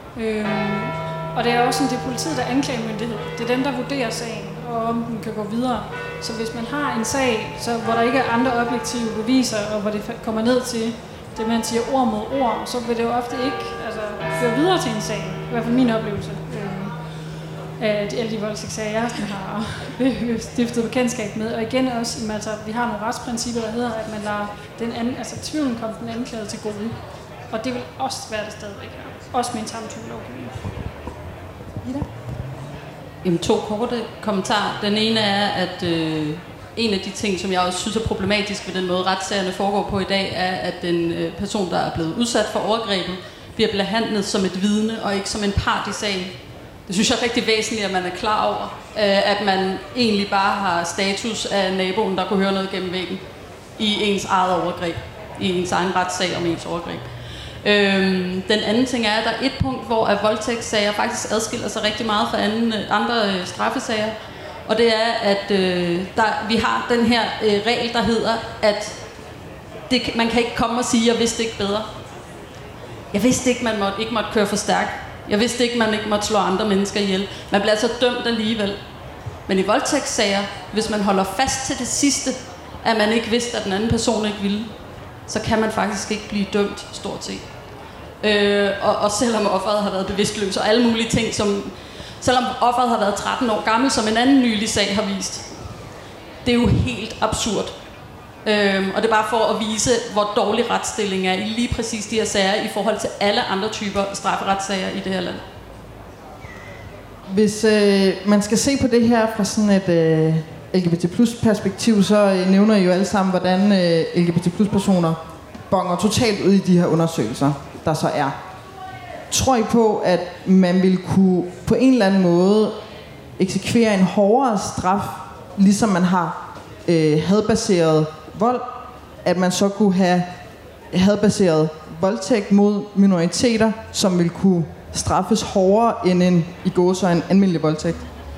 Øhm, og det er også sådan, det er politiet, der er anklagemyndighed. Det er dem, der vurderer sagen, og om den kan gå videre. Så hvis man har en sag, så, hvor der ikke er andre objektive beviser, og hvor det kommer ned til det, man siger ord mod ord, så vil det jo ofte ikke altså, føre videre til en sag. I hvert fald min oplevelse. Af alle de voldtægtssager, jeg har stiftet bekendtskab med. Og igen også, altså, vi har nogle retsprincipper, der hedder, at man lader den anden, altså tvivlen komme den anklagede til gode. Og det vil også være det stadigvæk her. Også med en samtykkelovgivning. Ida? Jamen, to korte kommentarer. Den ene er, at øh, en af de ting, som jeg også synes er problematisk ved den måde, retssagerne foregår på i dag, er, at den øh, person, der er blevet udsat for overgrebet, bliver behandlet som et vidne og ikke som en part i sagen. Det synes jeg er rigtig væsentligt, at man er klar over, at man egentlig bare har status af naboen, der kunne høre noget gennem væggen i ens eget overgreb, i ens egen retssag om ens overgreb. Øhm, den anden ting er, at der er et punkt, hvor at voldtægtssager faktisk adskiller sig rigtig meget fra anden, andre øh, straffesager, og det er, at øh, der, vi har den her øh, regel, der hedder, at det, man kan ikke komme og sige, jeg vidste ikke bedre. Jeg vidste ikke, man måtte, ikke måtte køre for stærkt. Jeg vidste ikke, man ikke måtte slå andre mennesker ihjel. Man bliver altså dømt alligevel. Men i voldtægtssager, hvis man holder fast til det sidste, at man ikke vidste, at den anden person ikke ville, så kan man faktisk ikke blive dømt, stort set. Øh, og, og selvom offeret har været bevidstløs og alle mulige ting, som, selvom offeret har været tretten år gammel, som en anden nylig sag har vist. Det er jo helt absurd. Øh, og det er bare for at vise, hvor dårlig retsstilling er i lige præcis de her sager i forhold til alle andre typer strafferetssager i det her land. Hvis øh, man skal se på det her fra sådan et øh, L G B T plus perspektiv, så øh, nævner I jo alle sammen, hvordan øh, L G B T plus personer bonger totalt ud i de her undersøgelser, der så er. Tror I på, at man vil kunne på en eller anden måde eksekvere en hårdere straf, ligesom man har øh, hadbaseret vold, at man så kunne have hadbaseret voldtægt mod minoriteter, som vil kunne straffes hårdere end en i gåseøjne almindelig voldtægt?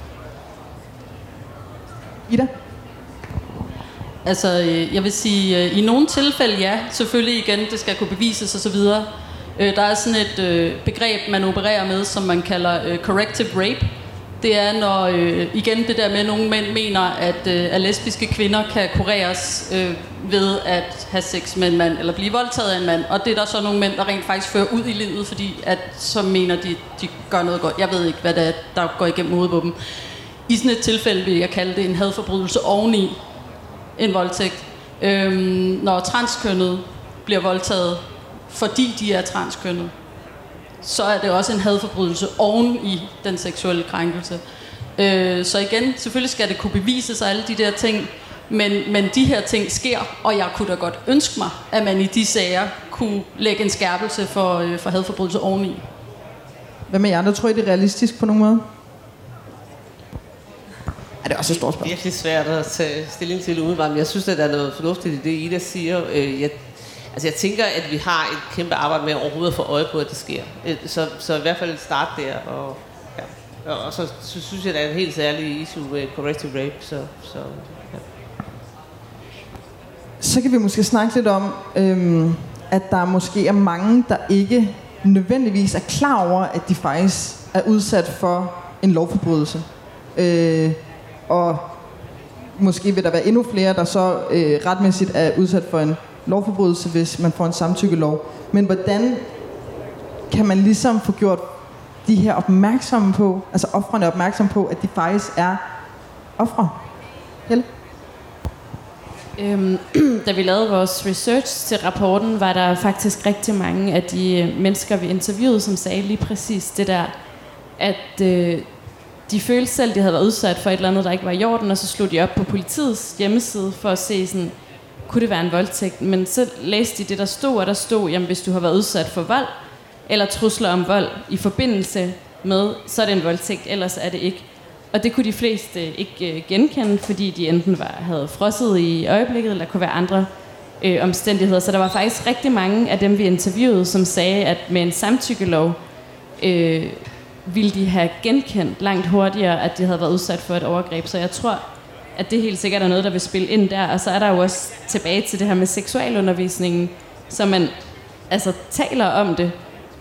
Ida? Altså, jeg vil sige, i nogle tilfælde ja, selvfølgelig igen, det skal kunne bevises osv. Der er sådan et begreb, man opererer med, som man kalder corrective rape. Det er, når, igen det der med, at nogle mænd mener, at, at lesbiske kvinder kan kureres øh, ved at have sex med en mand, eller blive voldtaget af en mand. Og det er der så nogle mænd, der rent faktisk fører ud i livet, fordi at, så mener de, de gør noget godt. Jeg ved ikke, hvad det er, der går igennem hovedet på dem. I sådan et tilfælde vil jeg kalde det en hadforbrydelse oveni en voldtægt. Øhm, når transkønnet bliver voldtaget, fordi de er transkønnet, så er det også en hadforbrydelse oven i den seksuelle krænkelse. Øh, så igen, selvfølgelig skal det kunne bevises og alle de der ting, men, men de her ting sker, og jeg kunne da godt ønske mig, at man i de sager kunne lægge en skærpelse for, øh, for hadforbrydelse oveni. Hvad med jer andre? Tror I, det er realistisk på nogen måde? Er det også et stort spørgsmål? Det er virkelig svært at tage stilling til umiddelbart, men jeg synes, at der er noget fornuftigt i det, Ida siger. Øh, jeg Altså jeg tænker, at vi har et kæmpe arbejde med overhovedet at få øje på, at det sker. Så, så i hvert fald start der. Og, ja. Og så, så synes jeg, at der er en helt særlig issue med corrective rape. Så, så, ja. så kan vi måske snakke lidt om, øhm, at der måske er mange, der ikke nødvendigvis er klar over, at de faktisk er udsat for en lovforbrydelse. Øh, og måske vil der være endnu flere, der så øh, retmæssigt er udsat for en lovforbrydelse, hvis man får en samtykkelov. Men hvordan kan man ligesom få gjort de her opmærksomme på, altså ofrene opmærksomme på, at de faktisk er ofre? Helle? Øhm, da vi lavede vores research til rapporten, var der faktisk rigtig mange af de mennesker, vi interviewede, som sagde lige præcis det der, at øh, de følte selv, de havde været udsat for et eller andet, der ikke var i orden, og så slog de op på politiets hjemmeside for at se sådan, kunne det være en voldtægt, men så læste de det, der stod, og der stod, jamen hvis du har været udsat for vold, eller trusler om vold i forbindelse med, så er det en voldtægt, ellers er det ikke. Og det kunne de fleste ikke øh, genkende, fordi de enten var, havde frosset i øjeblikket, eller kunne være andre øh, omstændigheder. Så der var faktisk rigtig mange af dem, vi interviewede, som sagde, at med en samtykkelov øh, ville de have genkendt langt hurtigere, at de havde været udsat for et overgreb. Så jeg tror, at det helt sikkert er noget, der vil spille ind der. Og så er der jo også tilbage til det her med seksualundervisningen, så man altså taler om det,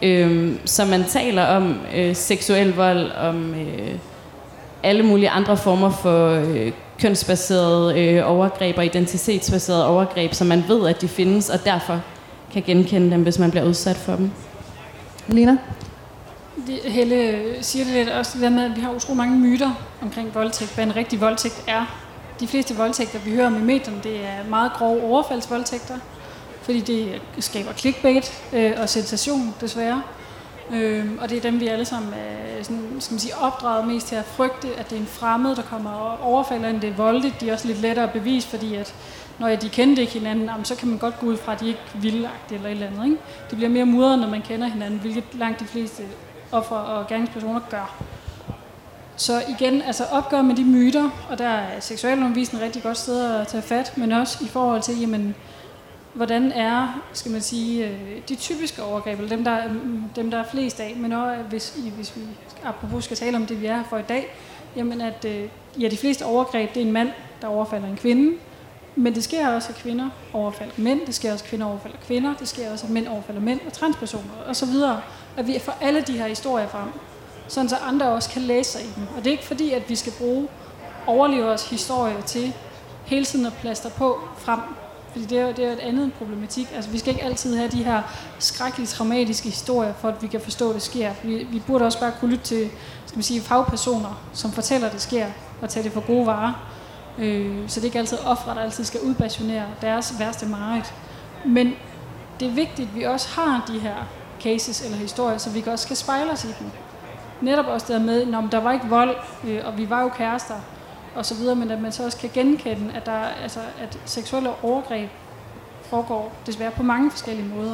Øh, så man taler om øh, seksuel vold, om øh, alle mulige andre former for øh, kønsbaserede øh, overgreb og identitetsbaserede overgreb, så man ved, at de findes, og derfor kan genkende dem, hvis man bliver udsat for dem. Lena? Det, Helle siger det lidt også, det der med, at vi har utrolig mange myter omkring voldtægt, hvad en rigtig voldtægt er. De fleste voldtægter, vi hører om i medierne, det er meget grove overfaldsvoldtægter, fordi det skaber clickbait øh, og sensation, desværre. Øh, og det er dem, vi alle sammen er sådan, skal man sige, opdraget mest til at frygte, at det er en fremmed, der kommer og overfalder, end det er voldeligt. De er også lidt lettere at bevise, fordi at når de kendte ikke hinanden, så kan man godt gå ud fra, at de ikke er vildagtige eller et eller andet. Ikke? Det bliver mere mudret, når man kender hinanden, hvilket langt de fleste ofre og gerningspersoner gør. Så igen, altså opgør med de myter, og der er seksualundervisning et rigtig godt sted at tage fat, men også i forhold til, jamen, hvordan er, skal man sige, de typiske overgreb, eller dem, der, dem, der er flest af, men også, hvis, hvis vi apropos skal tale om det, vi er her for i dag, jamen at ja, de fleste overgreb, det er en mand, der overfalder en kvinde, men det sker også, at kvinder overfalder mænd, det sker også, at kvinder overfalder kvinder, det sker også, at mænd overfalder mænd og transpersoner osv. At vi får alle de her historier frem, sådan så andre også kan læse sig i dem. Og det er ikke fordi, at vi skal bruge overlevers historie til hele tiden at plaster på frem, fordi det er jo, det er et andet problematik. Altså, vi skal ikke altid have de her skrækkelige, traumatiske historier, for at vi kan forstå, at det sker. Vi, vi burde også bare kunne lytte til, skal man sige, fagpersoner, som fortæller, at det sker, og tage det for gode varer. Øh, så det er ikke altid ofre, der altid skal udpassionere deres værste mareridt. Men det er vigtigt, at vi også har de her cases eller historier, så vi også kan spejle os i dem. Netop også der med, når der var ikke vold, øh, og vi var jo kærester, og så videre, men at man så også kan genkende, at, der, altså, at seksuelle overgreb foregår desværre på mange forskellige måder.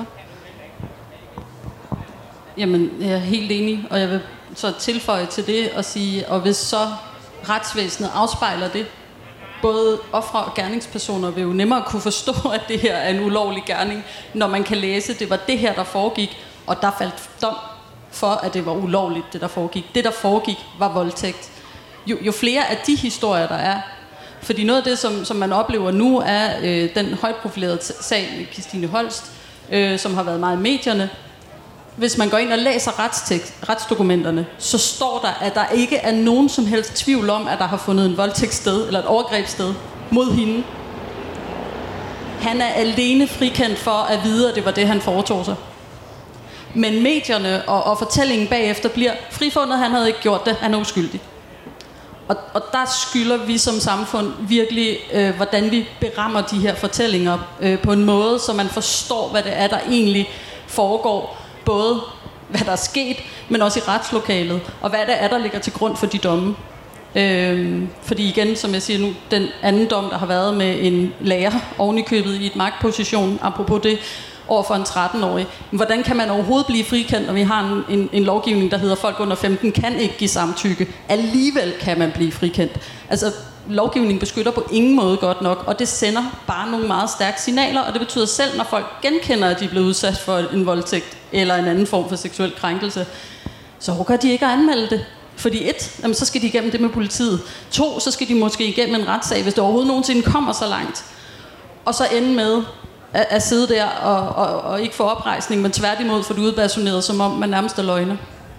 Jamen, jeg er helt enig, og jeg vil så tilføje til det og sige, og hvis så retsvæsenet afspejler det, både ofre og gerningspersoner vil jo nemmere kunne forstå, at det her er en ulovlig gerning, når man kan læse, at det var det her, der foregik, og der faldt dom for, at det var ulovligt, det der foregik. Det, der foregik, var voldtægt. Jo, jo flere af de historier, der er, fordi noget af det, som, som man oplever nu, er øh, den højtprofilerede sag med Kirstine Holst, øh, som har været meget i medierne. Hvis man går ind og læser retstekst, retsdokumenterne, så står der, at der ikke er nogen som helst tvivl om, at der har fundet en voldtægt sted, eller et overgreb sted, mod hende. Han er alene frikendt for at vide, at det var det, han foretog sig. Men medierne og, og fortællingen bagefter bliver frifundet, han havde ikke gjort det, han er uskyldig. Og, og der skylder vi som samfund virkelig, øh, hvordan vi berammer de her fortællinger øh, på en måde, så man forstår, hvad det er, der egentlig foregår. Både hvad der er sket, men også i retslokalet, og hvad det er, der ligger til grund for de domme. Øhm, fordi igen, som jeg siger nu, den anden dom, der har været med en lærer ovenikøbet i et magtposition, apropos det, over for en tretten-årig. Hvordan kan man overhovedet blive frikendt, når vi har en, en, en lovgivning, der hedder, at folk under femten kan ikke give samtykke? Alligevel kan man blive frikendt. Altså, lovgivningen beskytter på ingen måde godt nok, og det sender bare nogle meget stærke signaler, og det betyder selv, når folk genkender, at de er blevet udsat for en voldtægt eller en anden form for seksuel krænkelse, så håber de ikke at anmelde det. Fordi et, jamen, så skal de igennem det med politiet. To, så skal de måske igennem en retssag, hvis det overhovedet nogensinde kommer så langt. Og så ende med at, at sidde der og, og, og ikke få oprejsning, men tværtimod få det udbasuneret, som om man nærmest er løgner.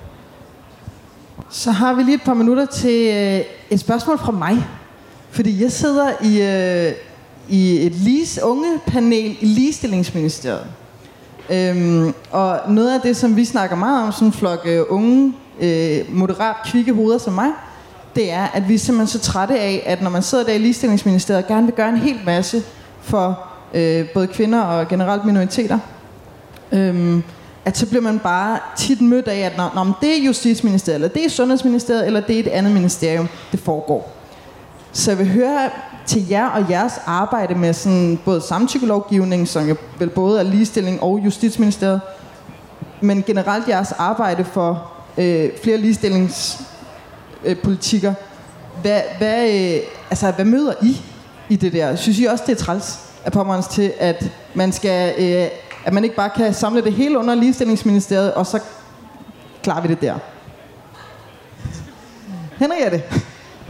Så har vi lige et par minutter til øh, et spørgsmål fra mig. Fordi jeg sidder i, øh, i et lis, unge panel i Ligestillingsministeriet. Øhm, og noget af det, som vi snakker meget om, sådan en flok øh, unge, øh, moderat kvikke hoveder som mig, det er, at vi er simpelthen så trætte af, at når man sidder der i Ligestillingsministeriet og gerne vil gøre en hel masse for øh, både kvinder og generelt minoriteter, øhm, at så bliver man bare tit mødt af, at når, når det er Justitsministeriet, eller det er Sundhedsministeriet, eller det er et andet ministerium, det foregår. Så jeg vil høre til jer og jeres arbejde med sådan både samtykkelovgivning, som jo vel både er ligestilling og Justitsministeriet, men generelt jeres arbejde for øh, flere ligestillingspolitikker. Øh, hvad, hvad, øh, altså, hvad møder I i det der? Synes I også, det er træls af påmærens til, at man skal, øh, at man ikke bare kan samle det hele under Ligestillingsministeriet, og så klarer vi det der? Henriette?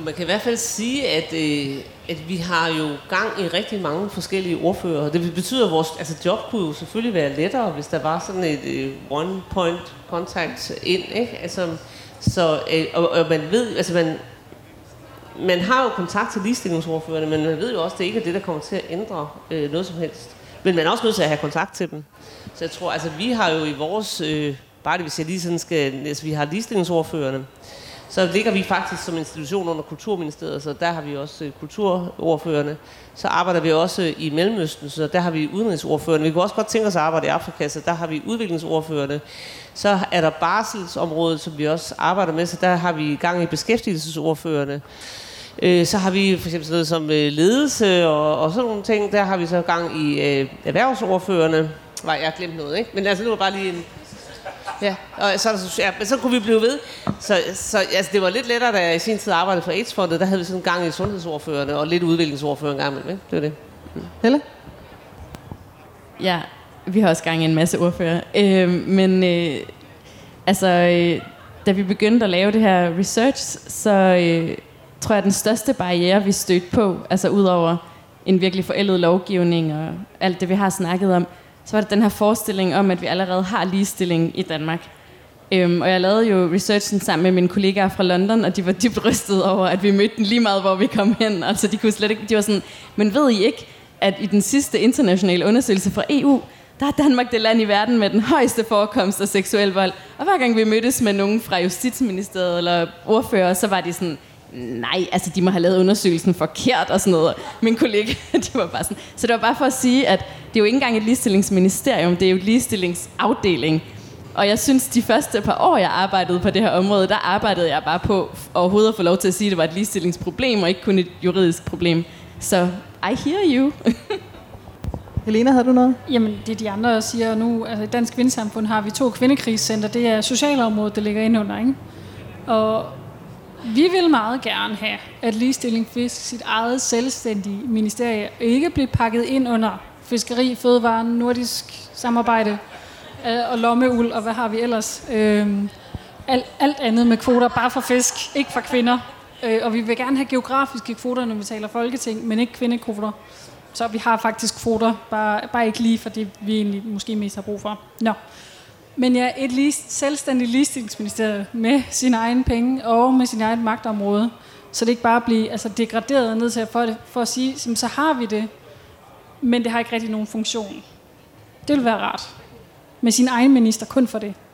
man kan i hvert fald sige, at, øh, at vi har jo gang i rigtig mange forskellige ordfører. Det betyder, at vores altså job kunne jo selvfølgelig være lettere, hvis der var sådan et øh, one point contact ind, ikke? Altså, så, øh, og, og man ved, altså man, man har jo kontakt til ligestillingsordførerne, men man ved jo også, at det ikke er det, der kommer til at ændre øh, noget som helst. Men man er også nødt til at have kontakt til dem. Så jeg tror, altså vi har jo i vores, øh, bare det hvis jeg lige sådan skal, altså vi har ligestillingsordførerne, så ligger vi faktisk som institution under Kulturministeriet, så der har vi også øh, kulturordførerne. Så arbejder vi også øh, i Mellemøsten, så der har vi udenrigsordførerne. Vi kunne også godt tænke os at arbejde i Afrika, så der har vi udviklingsordførerne. Så er der barselsområdet, som vi også arbejder med, så der har vi gang i beskæftigelsesordførerne. Øh, så har vi for eksempel sådan noget som øh, ledelse og, og sådan nogle ting. Der har vi så gang i øh, erhvervsordførerne. Nej, jeg har glemt noget, ikke? Men altså, det var bare lige en... Ja, og så, ja, men så kunne vi blive ved. Så, så altså, det var lidt lettere, da jeg i sin tid arbejdede for AIDS-fondet. Der havde vi sådan en gang i sundhedsordførerne og lidt udviklingsordfører en gang imellem, ikke? Det var det. Mm. Helle? Ja, vi har også gang i en masse ordfører. Øh, men øh, altså, øh, da vi begyndte at lave det her research, så øh, tror jeg, at den største barriere, vi stødte på, altså udover en virkelig forældet lovgivning og alt det, vi har snakket om, så var det den her forestilling om, at vi allerede har ligestilling i Danmark. Øhm, og jeg lavede jo researchen sammen med mine kollegaer fra London, og de var dybt rystede over, at vi mødte den lige meget, hvor vi kom hen. Altså, de kunne slet ikke, de var sådan, men ved I ikke, at i den sidste internationale undersøgelse fra E U, der er Danmark det land i verden med den højeste forekomst af seksuel vold. Og hver gang vi mødtes med nogen fra Justitsministeriet eller ordfører, så var de sådan, nej, altså de må have lavet undersøgelsen forkert og sådan noget. Min kollega, de var bare sådan. Så det var bare for at sige, at det er jo ikke engang et ligestillingsministerium, det er jo et ligestillingsafdeling. Og jeg synes, de første par år, jeg arbejdede på det her område, der arbejdede jeg bare på overhovedet at få lov til at sige, at det var et ligestillingsproblem, og ikke kun et juridisk problem. Så I hear you. Helena, havde du noget? Jamen, det de andre siger nu, altså i Dansk Kvindesamfund har vi to kvindekrigscenter. Det er socialområdet, der ligger inde under, ikke? Og vi vil meget gerne have, at ligestilling fik sit eget selvstændige ministerie ikke bliver pakket ind under fiskeri, fødevare, nordisk samarbejde øh, og lommeuld, og hvad har vi ellers? Øh, alt, alt andet med kvoter, bare for fisk, ikke for kvinder. Øh, og vi vil gerne have geografiske kvoter, når vi taler folketing, men ikke kvindekvoter. Så vi har faktisk kvoter, bare, bare ikke lige for det, vi egentlig måske mest har brug for. Nå. Men ja, et list, selvstændigt ligestillingsministerium med sine egne penge og med sin egen magtområde, så det ikke bare bliver altså, degraderet ned til for, det, for at sige, så har vi det, men det har ikke rigtig nogen funktion. Det vil være rart. Med sin egen minister kun for det.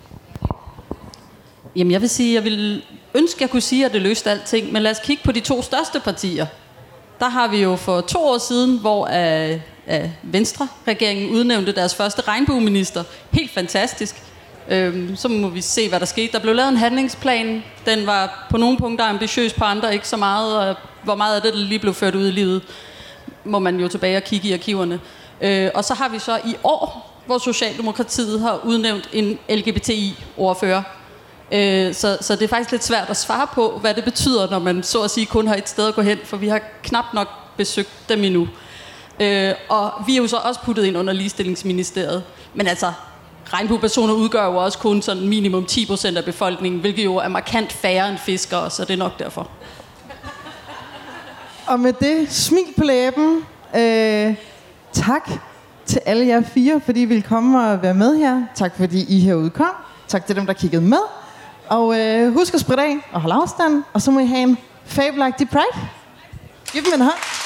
Jamen jeg vil sige, jeg vil ønske, at jeg kunne sige, at det løste alting, men lad os kigge på de to største partier. Der har vi jo for to år siden, hvor uh, uh, Venstre-regeringen udnævnte deres første regnbueminister. Helt fantastisk. Øhm, så må vi se, hvad der skete. Der blev lavet en handlingsplan. Den var på nogle punkter ambitiøs, på andre ikke så meget. Og hvor meget af det, der lige blev ført ud i livet, må man jo tilbage og kigge i arkiverne. Øh, og så har vi så i år, hvor Socialdemokratiet har udnævnt en L G B T I-ordfører. Øh, så, så det er faktisk lidt svært at svare på, hvad det betyder, når man så at sige kun har et sted at gå hen, for vi har knap nok besøgt dem endnu. Øh, og vi er jo så også puttet ind under ligestillingsministeriet. Men altså, regnbuepersoner udgør jo også kun sådan minimum ti procent af befolkningen, hvilket jo er markant færre end fiskere, så det er nok derfor. Og med det smil på læben, øh, tak til alle jer fire, fordi I ville komme og være med her. Tak fordi I herude kom. Tak til dem, der kiggede med. Og øh, husk at spritte af og holde afstand, og så må I have en fabelagtig Pride. Giv dem en hånd.